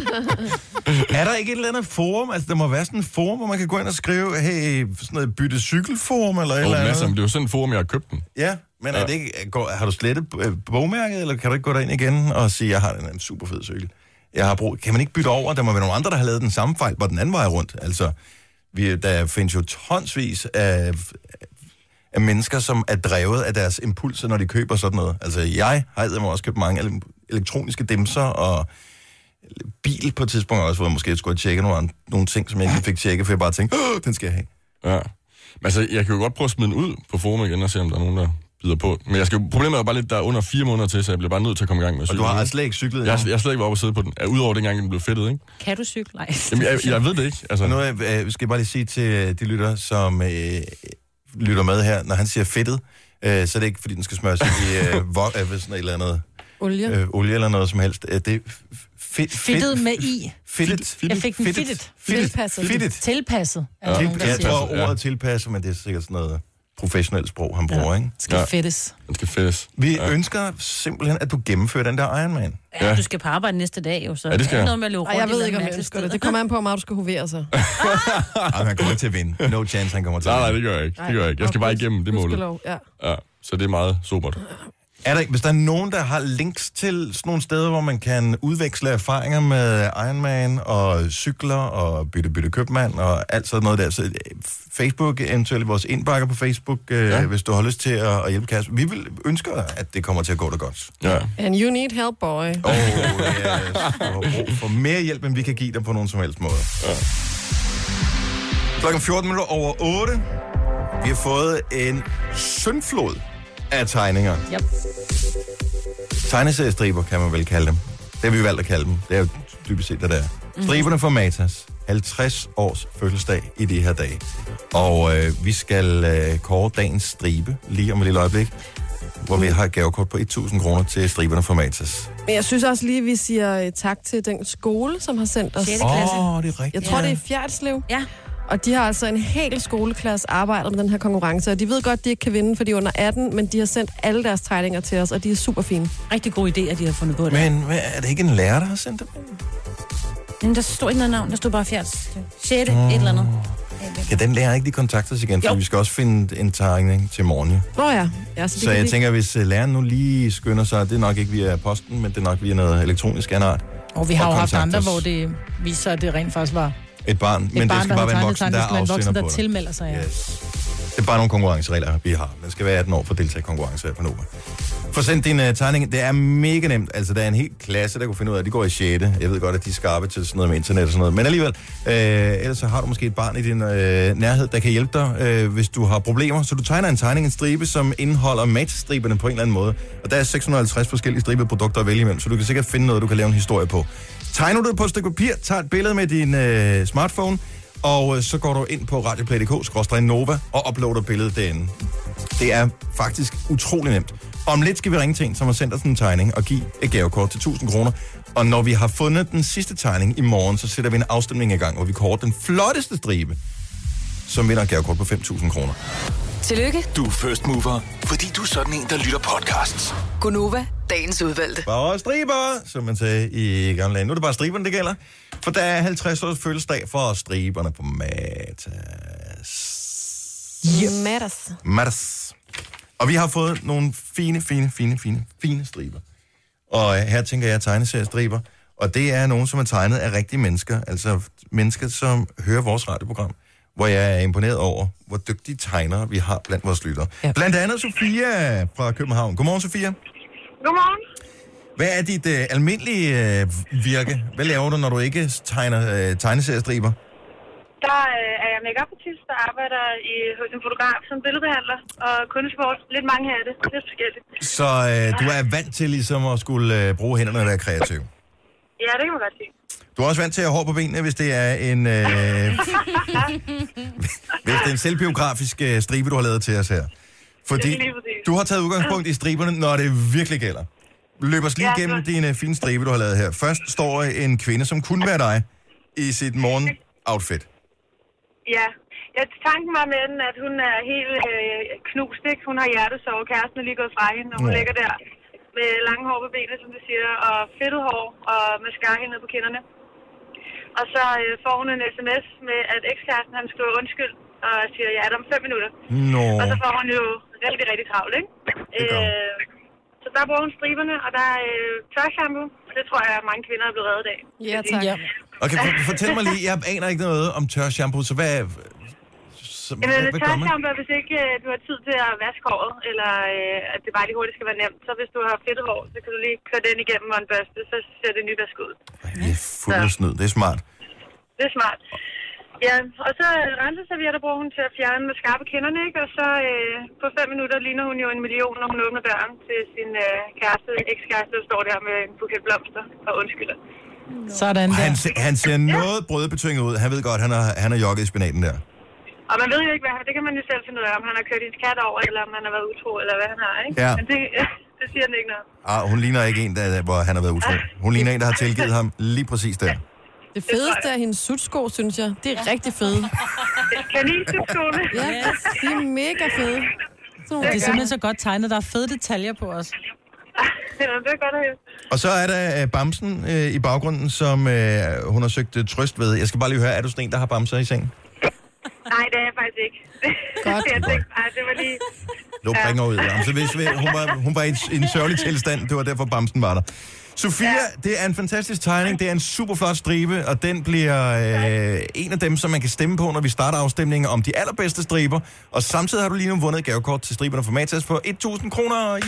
Er der ikke et eller andet forum? Altså, der må være sådan et forum, hvor man kan gå ind og skrive, hey, sådan noget bytte cykelforum eller et eller andet. Masser, men det er jo sådan et forum, jeg har købt den. Ja, men er det ikke, har du slettet bogmærket, eller kan du ikke gå derind igen og sige, jeg har en super fed cykel? Jeg har brug. Kan man ikke bytte over? Der må være nogle andre, der har lavet den samme fejl, hvor den anden vej rundt. Altså, der findes jo tonsvis af mennesker, som er drevet af deres impulser, når de køber sådan noget. Altså, jeg har også købt mange elektroniske dimser og bil på et tidspunkt også, hvor jeg måske skulle have tjekket nogle ting, som jeg ikke fik tjekket, for jeg bare tænkte, den skal jeg have. Ja. Men altså, jeg kan jo godt prøve at smide den ud på forum igen og se, om der er nogen, der bider på. Men problemet er bare lidt, der er under 4 måneder til, så jeg bliver bare nødt til at komme i gang med at cykle. Og du har slet ikke cyklet? Jeg har slet ikke været oppe og sidde på den. Udover dengang, den blev fedtet, ikke? Kan du cykle? Nej. Jamen, jeg ved det ikke. Altså. Nu skal jeg bare lige sige til de lytter, som lytter med her, når han siger fedtet, så er det ikke, fordi den skal smøres i sådan et eller andet olie eller noget som helst. Det er fedtet med i. Fedtet. Jeg fik den fedtet. Tilpasset. Jeg tror ordet tilpasset, men det er sikkert sådan noget professionelt sprog, han bruger, ikke? Skal fedtes. Den skal fedtes. Vi ønsker simpelthen, at du gennemfører den der Ironman. Ja, du skal på arbejde næste dag, jo, så det skal noget med at løbe rundt. Jeg ved ikke, om jeg elsker det. Det kommer an på, hvor meget du skal hovere sig. Han kommer til at vinde. No chance, han kommer til at vinde. Nej, det gør jeg ikke. Det gør jeg ikke. Jeg skal bare igennem det mål. Ja, så det er meget sobert. Hvis der er nogen, der har links til sådan nogle steder, hvor man kan udveksle erfaringer med Ironman og cykler og bytte købmand og alt sådan noget der, så Facebook, eventuelt vores indbakker på Facebook, hvis du har lyst til at hjælpe Kasper. Vi vil ønske, at det kommer til at gå da godt. Ja. And you need help, boy. Yes. Du har brug for mere hjælp, end vi kan give dig på nogen som helst måde. Ja. Klokken 8:14. Vi har fået en syndflod af tegninger. Yep. Tegneseriestriber kan man vel kalde dem. Det har vi valgt at kalde dem. Det er jo dybest set det der. Striberne fra Matas. 50 års fødselsdag i de her dage. Og vi skal kåre dagens stribe lige om et lille øjeblik, hvor vi har gavekort på 1.000 kroner til striberne fra Matas. Men jeg synes også lige, vi siger tak til den skole, som har sendt os. 6. klasse. Det er rigtigt. Jeg tror, det er Fjerdslev. Ja. Og de har altså en hel skoleklasse arbejdet med den her konkurrence, og de ved godt, de ikke kan vinde, fordi de er under 18, men de har sendt alle deres tegninger til os, og de er super fine. Rigtig gode idéer, de har fundet på det. Men er det ikke en lærer, der har sendt dem? Men der stod ikke noget navn, der stod bare Fjerds. 6. et eller andet. Ja, den lærer ikke, de kontakter os igen, for vi skal også finde en tegning til morgen. Ja, så jeg tænker, hvis læreren nu lige skynder sig, det er nok ikke via posten, men det er nok via noget elektronisk anart. Og vi har jo haft andre, hvor det viser, at det rent faktisk var et barn, men det skal bare være en voksen, der afsender på det. Tilmelder sig, ja. Yes. Det er bare nogle konkurrenceregler, vi har. Man skal være 18 år for at deltage i konkurrence her på Nova. For sendt din tegning, det er mega nemt. Altså, der er en hel klasse, der kunne finde ud af, at de går i 6. Jeg ved godt, at de er skarpe til sådan noget med internet og sådan noget. Men alligevel, ellers så har du måske et barn i din nærhed, der kan hjælpe dig, hvis du har problemer. Så du tegner en tegning, en stribe, som indeholder matstriberne på en eller anden måde. Og der er 650 forskellige stribede produkter at vælge imellem, så du kan sikkert finde noget, du kan lave en historie på. Tegner du det på et stykke papir, tager et billede med din smartphone, og så går du ind på radioplay.dk/Nova og uploader billedet derinde. Det er faktisk utrolig nemt. Om lidt skal vi ringe til en, som har sendt os en tegning og give et gavekort til 1.000 kroner. Og når vi har fundet den sidste tegning i morgen, så sætter vi en afstemning i gang, hvor vi kårer den flotteste stribe, som vinder et gavekort på 5.000 kroner. Tillykke. Du er first mover, fordi du er sådan en, der lytter podcasts. Gunova, dagens udvalgte. Bare striber, som man sagde i gamle dage. Nu er det bare striberne, det gælder. For der er 50 års fødselsdag for striberne på Matas. Matas. Og vi har fået nogle fine striber. Og her tænker jeg tegneseriestriber. Og det er nogen, som er tegnet af rigtige mennesker. Altså mennesker, som hører vores radioprogram. Hvor jeg er imponeret over, hvor dygtige tegnere vi har blandt vores lyttere. Ja. Blandt andet Sofia fra København. Godmorgen, Sofia. Godmorgen. Hvad er dit almindelige virke? Hvad laver du, når du ikke tegner tegneseriestriber? Der er jeg make-up-artist, der arbejder hos en fotograf som billedbehandler og kundesport. Lidt mange af det. Lidt forskelligt. Så du er vant til ligesom at skulle bruge hænderne og være kreativ? Ja, det kan man godt sige. Du er også vant til at have hår på benene, hvis det er en, hvis det er en selvbiografisk stribe, du har lavet til os her. Fordi du har taget udgangspunkt i striberne, når det virkelig gælder. Løb os lige igennem dine fine stribe, du har lavet her. Først står en kvinde, som kunne være dig, i sit morgen-outfit. Ja, tanken var med den, at hun er helt knust, ikke? Hun har hjertesår, kæresten er lige gået fra hende, og hun ligger der med lange hår på benene, som du siger, og fedtet hår og mascara ned på kinderne. Og så får hun en sms med, at ekskæresten han skriver undskyld, og siger, ja, om 5 minutter. No. Og så får hun jo rigtig, rigtig travlt, ikke? Så der bruger hun striberne, og der er tørshampoo. Det tror jeg, mange kvinder er blevet reddet af. Ja, tak. Ja. Okay, fortæl mig lige, jeg aner ikke noget om tørshampoo, så hvad... Jamen, tørshampoo, hvis ikke du har tid til at vaske håret, eller at det bare lige hurtigt skal være nemt, så hvis du har fedtet hår, så kan du lige køre den igennem og en børste, så ser det nyvask ud. Ja, fuld af snyd. Det er smart. Det er smart. Ja, og så renseservietter bruger hun til at fjerne med skarpe kinderne, ikke? Og så på 5 minutter ligner hun jo 1 million, når hun åbner døren til sin ekskæreste, der står der med en buket blomster og undskylder. Sådan der. Han ser noget brødbetynget ud. Han ved godt, han har jogget i spinaten der. Og man ved jo ikke, det kan man jo selv finde ud af, om han har kørt hendes kat over, eller om han har været utro, eller hvad han har, ikke? Ja. Men det siger han ikke noget. Hun ligner ikke en, hvor han har været utro. Hun ligner en, der har tilgivet ham lige præcis der. Det fedeste er hendes sutsko, synes jeg. Det er rigtig fede. Kaninskutskoene. Ja, de er mega fede. Det er simpelthen så godt tegnet. Der er fede detaljer på os. Ja, det er godt at høre. Og så er der bamsen i baggrunden, som hun har søgt trøst ved. Jeg skal bare lige høre, er du sådan en, der har bamser i sengen? Nej, det er jeg faktisk ikke. Godt. Jeg tænkte, det var lige... Du bringer ud. Ja. Så hvis hun var i en sørgelig tilstand, det var derfor bamsen var der. Sofia, det er en fantastisk tegning, det er en super flot stribe, og den bliver en af dem, som man kan stemme på, når vi starter afstemningen om de allerbedste striber. Og samtidig har du lige nu vundet et gavekort til striberne fra Matas for 1.000 kroner.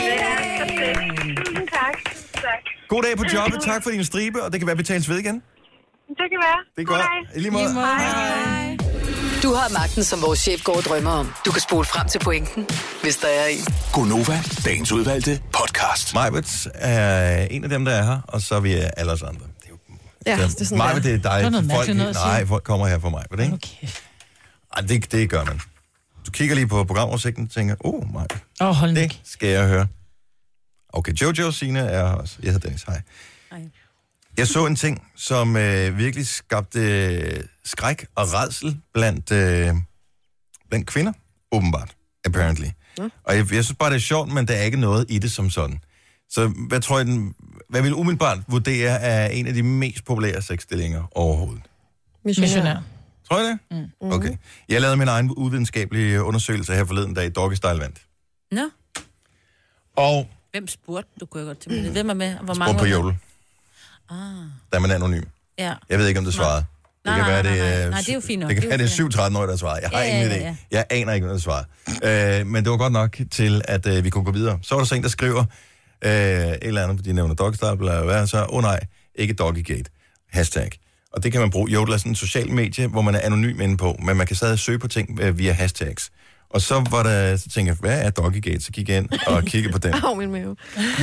Tusind tak. God dag på jobbet, tak for din stribe, og det kan være, vi tales ved igen. Det kan være. Det er godt. I lige måde. Hej. Du har magten, som vores chef går og drømmer om. Du kan spole frem til pointen, hvis der er en. Gonova, dagens udvalgte podcast. Majbert er en af dem, der er her, og så er vi alle os andre. Det er jo, ja, det er sådan Majbert, det er dig. Folk kommer her for Majbert, ikke? Okay. Ej, det gør man. Du kigger lige på programoversigten og tænker, Majbert, hold nu. det skal jeg høre. Okay, Jojo Signe er her også. Jeg hedder Dennis, hej. Jeg så en ting, som virkelig skabte skræk og rædsel blandt kvinder, åbenbart, apparently. Ja. Og jeg synes bare, det er sjovt, men der er ikke noget i det som sådan. Så hvad vil umiddelbart vurdere er en af de mest populære sexstillinger overhovedet? Missionær. Tror jeg det? Mm. Okay. Jeg lavede min egen uvidenskabelige undersøgelse her forleden, da i Doggy Style vandt. Nå. Og... Hvem spurgte du, kunne jeg godt til? Hvem er med? Hvor mange spurgte på Jodel. Der er man anonym. Ja. Jeg ved ikke, om det svarede. Nej, det er jo fint nok. Det kan være, det er 7-13 år, der svarede. Jeg har ingen idé. Jeg aner ikke, hvad der svarede. Men det var godt nok til, at vi kunne gå videre. Så var der så en, der skriver et eller andet, de nævner Dogstyle, eller så, nej, ikke Doggygate. Hashtag. Og det kan man bruge. Jodel er sådan en social medie, hvor man er anonym inde på, men man kan stadig søge på ting via hashtags. Og så var der, så tænkte jeg, hvad er Doggygate? Så gik jeg ind og kiggede på den. Min mave.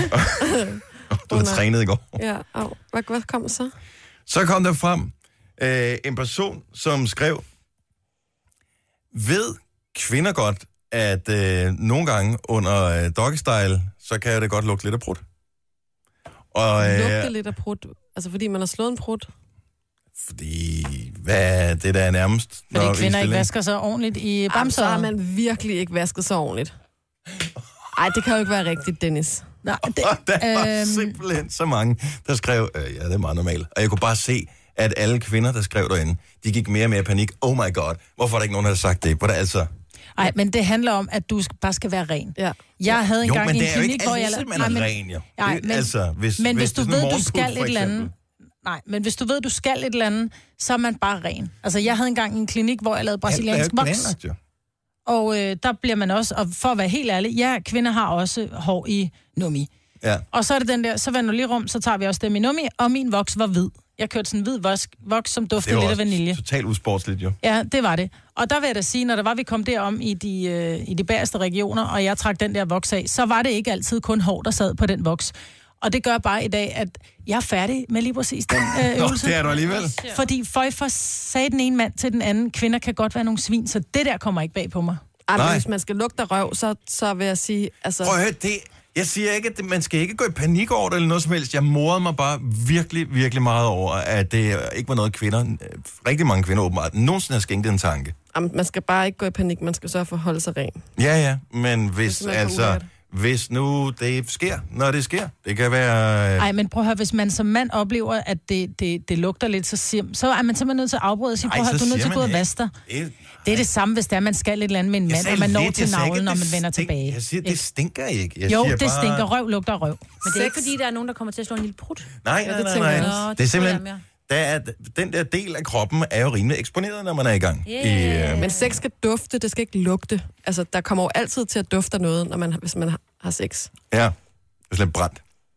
Du har trænet i går. Ja, hvad kom så? Så kom der frem en person, som skrev, ved kvinder godt, at nogle gange under Doggystyle, så kan det godt lugte lidt af prut. Lugte lidt af prut? Altså fordi man har slået en prut? Fordi, hvad det der er nærmest? Fordi kvinder ikke vasker sig ordentligt i bamser. Så har man virkelig ikke vasket sig ordentligt. Ej, det kan jo ikke være rigtigt, Dennis. Nej, der var simpelthen så mange, der skrev, ja, det er meget normalt. Og jeg kunne bare se, at alle kvinder, der skrev derinde, de gik mere og mere i panik. Oh my god, hvorfor er der ikke nogen, der har sagt det? Hvordan altså? Nej, men det handler om, at du bare skal være ren. Ja. Jeg havde engang en klinik, hvor jeg... Jo, men det er jo ikke altid, man er ren, jo. Nej, men, altså, hvis du ved, du skal et eller andet... Nej, men hvis du ved, du skal et eller andet, så er man bare ren. Altså, jeg havde engang en klinik, hvor jeg lavede brasiliansk voks. Og der bliver man også... Og for at være helt ærlig, ja, kvinder har også hår i nummi. Ja. Og så er det den der, så vender du lige rum, så tager vi også dem i nummi, og min voks var hvid. Jeg kørte sådan en hvid voks, som duftede lidt af vanilje. Det var totalt usportsligt, jo. Ja, det var det. Og der vil jeg da sige, når der var, vi kom derom i de bagerste regioner, og jeg trak den der voks af, så var det ikke altid kun hår, der sad på den voks. Og det gør bare i dag, at jeg er færdig med lige præcis den øvelse. Det er du alligevel. Fordi for sagde den ene mand til den anden, kvinder kan godt være nogle svin, så det der kommer ikke bag på mig. Men hvis man skal lugte røv, så vil jeg sige... Altså... Prøv at høre, jeg siger ikke, at man skal ikke gå i panik over det eller noget som helst. Jeg morede mig bare virkelig, virkelig meget over, at det ikke var noget kvinder, rigtig mange kvinder åbenbart, nogensinde har skænket en tanke. Man skal bare ikke gå i panik, man skal sørge for at holde sig ren. Ja, men hvis nu det sker, når det sker. Det kan være... Nej, men prøv at høre, hvis man som mand oplever, at det lugter lidt, så er man simpelthen nødt til at afbryde og sige, prøv at høre, du er nødt til at gå ud og vaske dig. Det er det samme, hvis man skal et eller andet med en mand, og man når til navlen, når man vender tilbage. Jeg siger, det stinker ikke. Det stinker. Røv lugter røv. Men det er ikke, fordi der er nogen, der kommer til at slå en lille prut. Nej. Det er simpelthen... Den der del af kroppen er jo rimelig eksponeret, når man er i gang. Men sex skal dufte, det skal ikke lugte. Altså, der kommer jo altid til at dufte noget, hvis man har sex. Ja, det er slet brændt.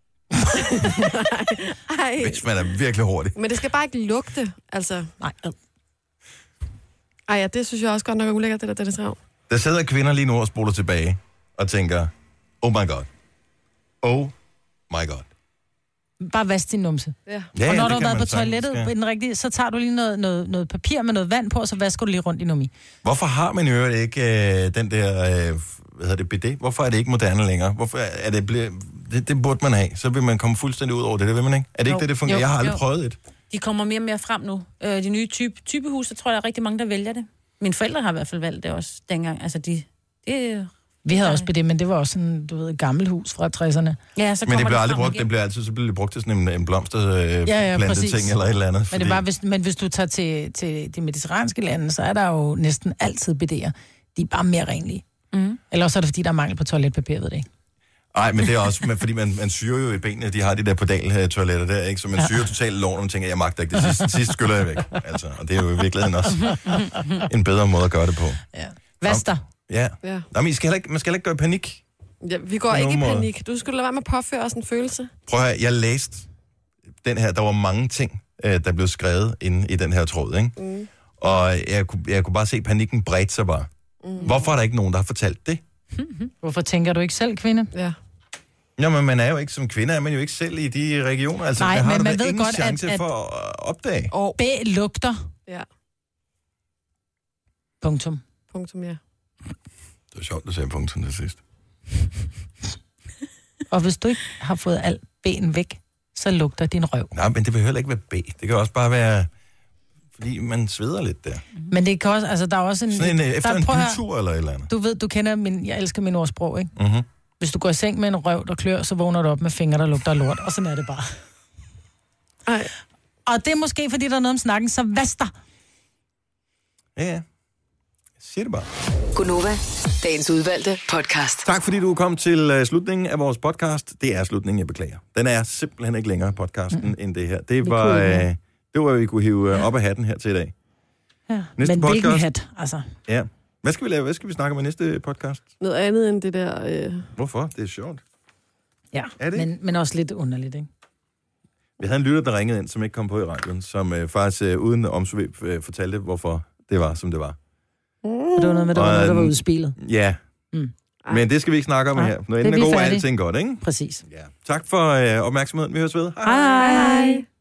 Nej. Hvis man er virkelig hurtig. Men det skal bare ikke lugte, altså. Nej. Ej, ja, det synes jeg også godt nok er ulækkert, det der trav. Der sidder kvinder lige nu og spoler tilbage og tænker, oh my god. Oh my god. Bare vask din numse. Ja. Og når du har været på toilettet på den rigtige, så tager du lige noget papir med noget vand på, og så vasker du lige rundt i nummi. Hvorfor har man jo ikke den der, bidet? Hvorfor er det ikke moderne længere? Hvorfor er det burde man have. Så vil man komme fuldstændig ud over det vil man ikke? Er det ikke det fungerer? Jeg har aldrig prøvet det. De kommer mere og mere frem nu. De nye typehus, så tror jeg, der er rigtig mange, der vælger det. Mine forældre har i hvert fald valgt det også dengang. Altså, vi havde også det, men det var også sådan, du ved, et gammelt hus fra 60'erne. Ja, så men det blev aldrig brugt, det blev altid brugt til sådan en blomsterplanteting eller et eller andet. Men, men hvis du tager til de mediterranske lande, så er der jo næsten altid BD'er. De er bare mere renlige. Mm. Eller også er det, fordi der er mangel på toiletpapir, ved det ikke? Nej, men det er også, fordi man syrer jo i benene. De har de der pedal-toiletter der, ikke? Så man syrer totalt lån, og man tænker, jeg magter ikke det sidste skyller jeg væk. Altså, og det er jo i virkeligheden også en bedre måde at gøre det på. Ja. Vaster. Ja. Nå, men man skal ikke gå i panik. Ja, vi går ikke i panik. Du skulle lade være med at påføre os en følelse. Prøv at høre, jeg læste den her, der var mange ting, der blev skrevet inde i den her tråd, ikke? Mm. Og jeg kunne bare se panikken bredt sig bare. Mm. Hvorfor er der ikke nogen, der har fortalt det? Hvorfor tænker du ikke selv, kvinde? Ja. Nå, men man er jo ikke som kvinde, er man jo ikke selv i de regioner. Altså, nej, men man ved ingen godt, chance at for at opdage. Og B lugter. Ja. Punktum. Punktum, ja. Det er sjovt, du sagde punktum til sidst. Og hvis du ikke har fået alt B'en væk, så lugter din røv. Nej, men det vil heller ikke være B. Det kan også bare være, fordi man sveder lidt der. Men det kan også, altså der er også en... Sådan efter en bytur eller et eller andet. Du ved, du kender jeg elsker min ordsprog, ikke? Mm-hmm. Hvis du går i seng med en røv, der klør, så vågner du op med fingre, der lugter lort, og sådan er det bare. Ej. Og det er måske, fordi der er noget om snakken, så vaster. Ja. Siger det bare. Gunova, dagens udvalgte podcast. Tak fordi du kom til slutningen af vores podcast. Det er slutningen, jeg beklager. Den er simpelthen ikke længere podcasten end det her. Det var vi kunne hive op af hatten her til i dag. Ja. Men podcast, hvilken hat, altså? Ja. Hvad skal vi lave? Hvad skal vi snakke om i næste podcast? Noget andet end det der... Hvorfor? Det er sjovt. Ja, men også lidt underligt, ikke? Vi havde en lytter, der ringede ind, som ikke kom på i radioen, som faktisk uden omsvøb fortalte, hvorfor det var, som det var. Det var noget med, der var ude i spillet. Ja. Mm. Men det skal vi ikke snakke om her. Når enden er god, er alting godt, ikke? Præcis. Ja. Tak for opmærksomheden. Vi høres ved. Hej.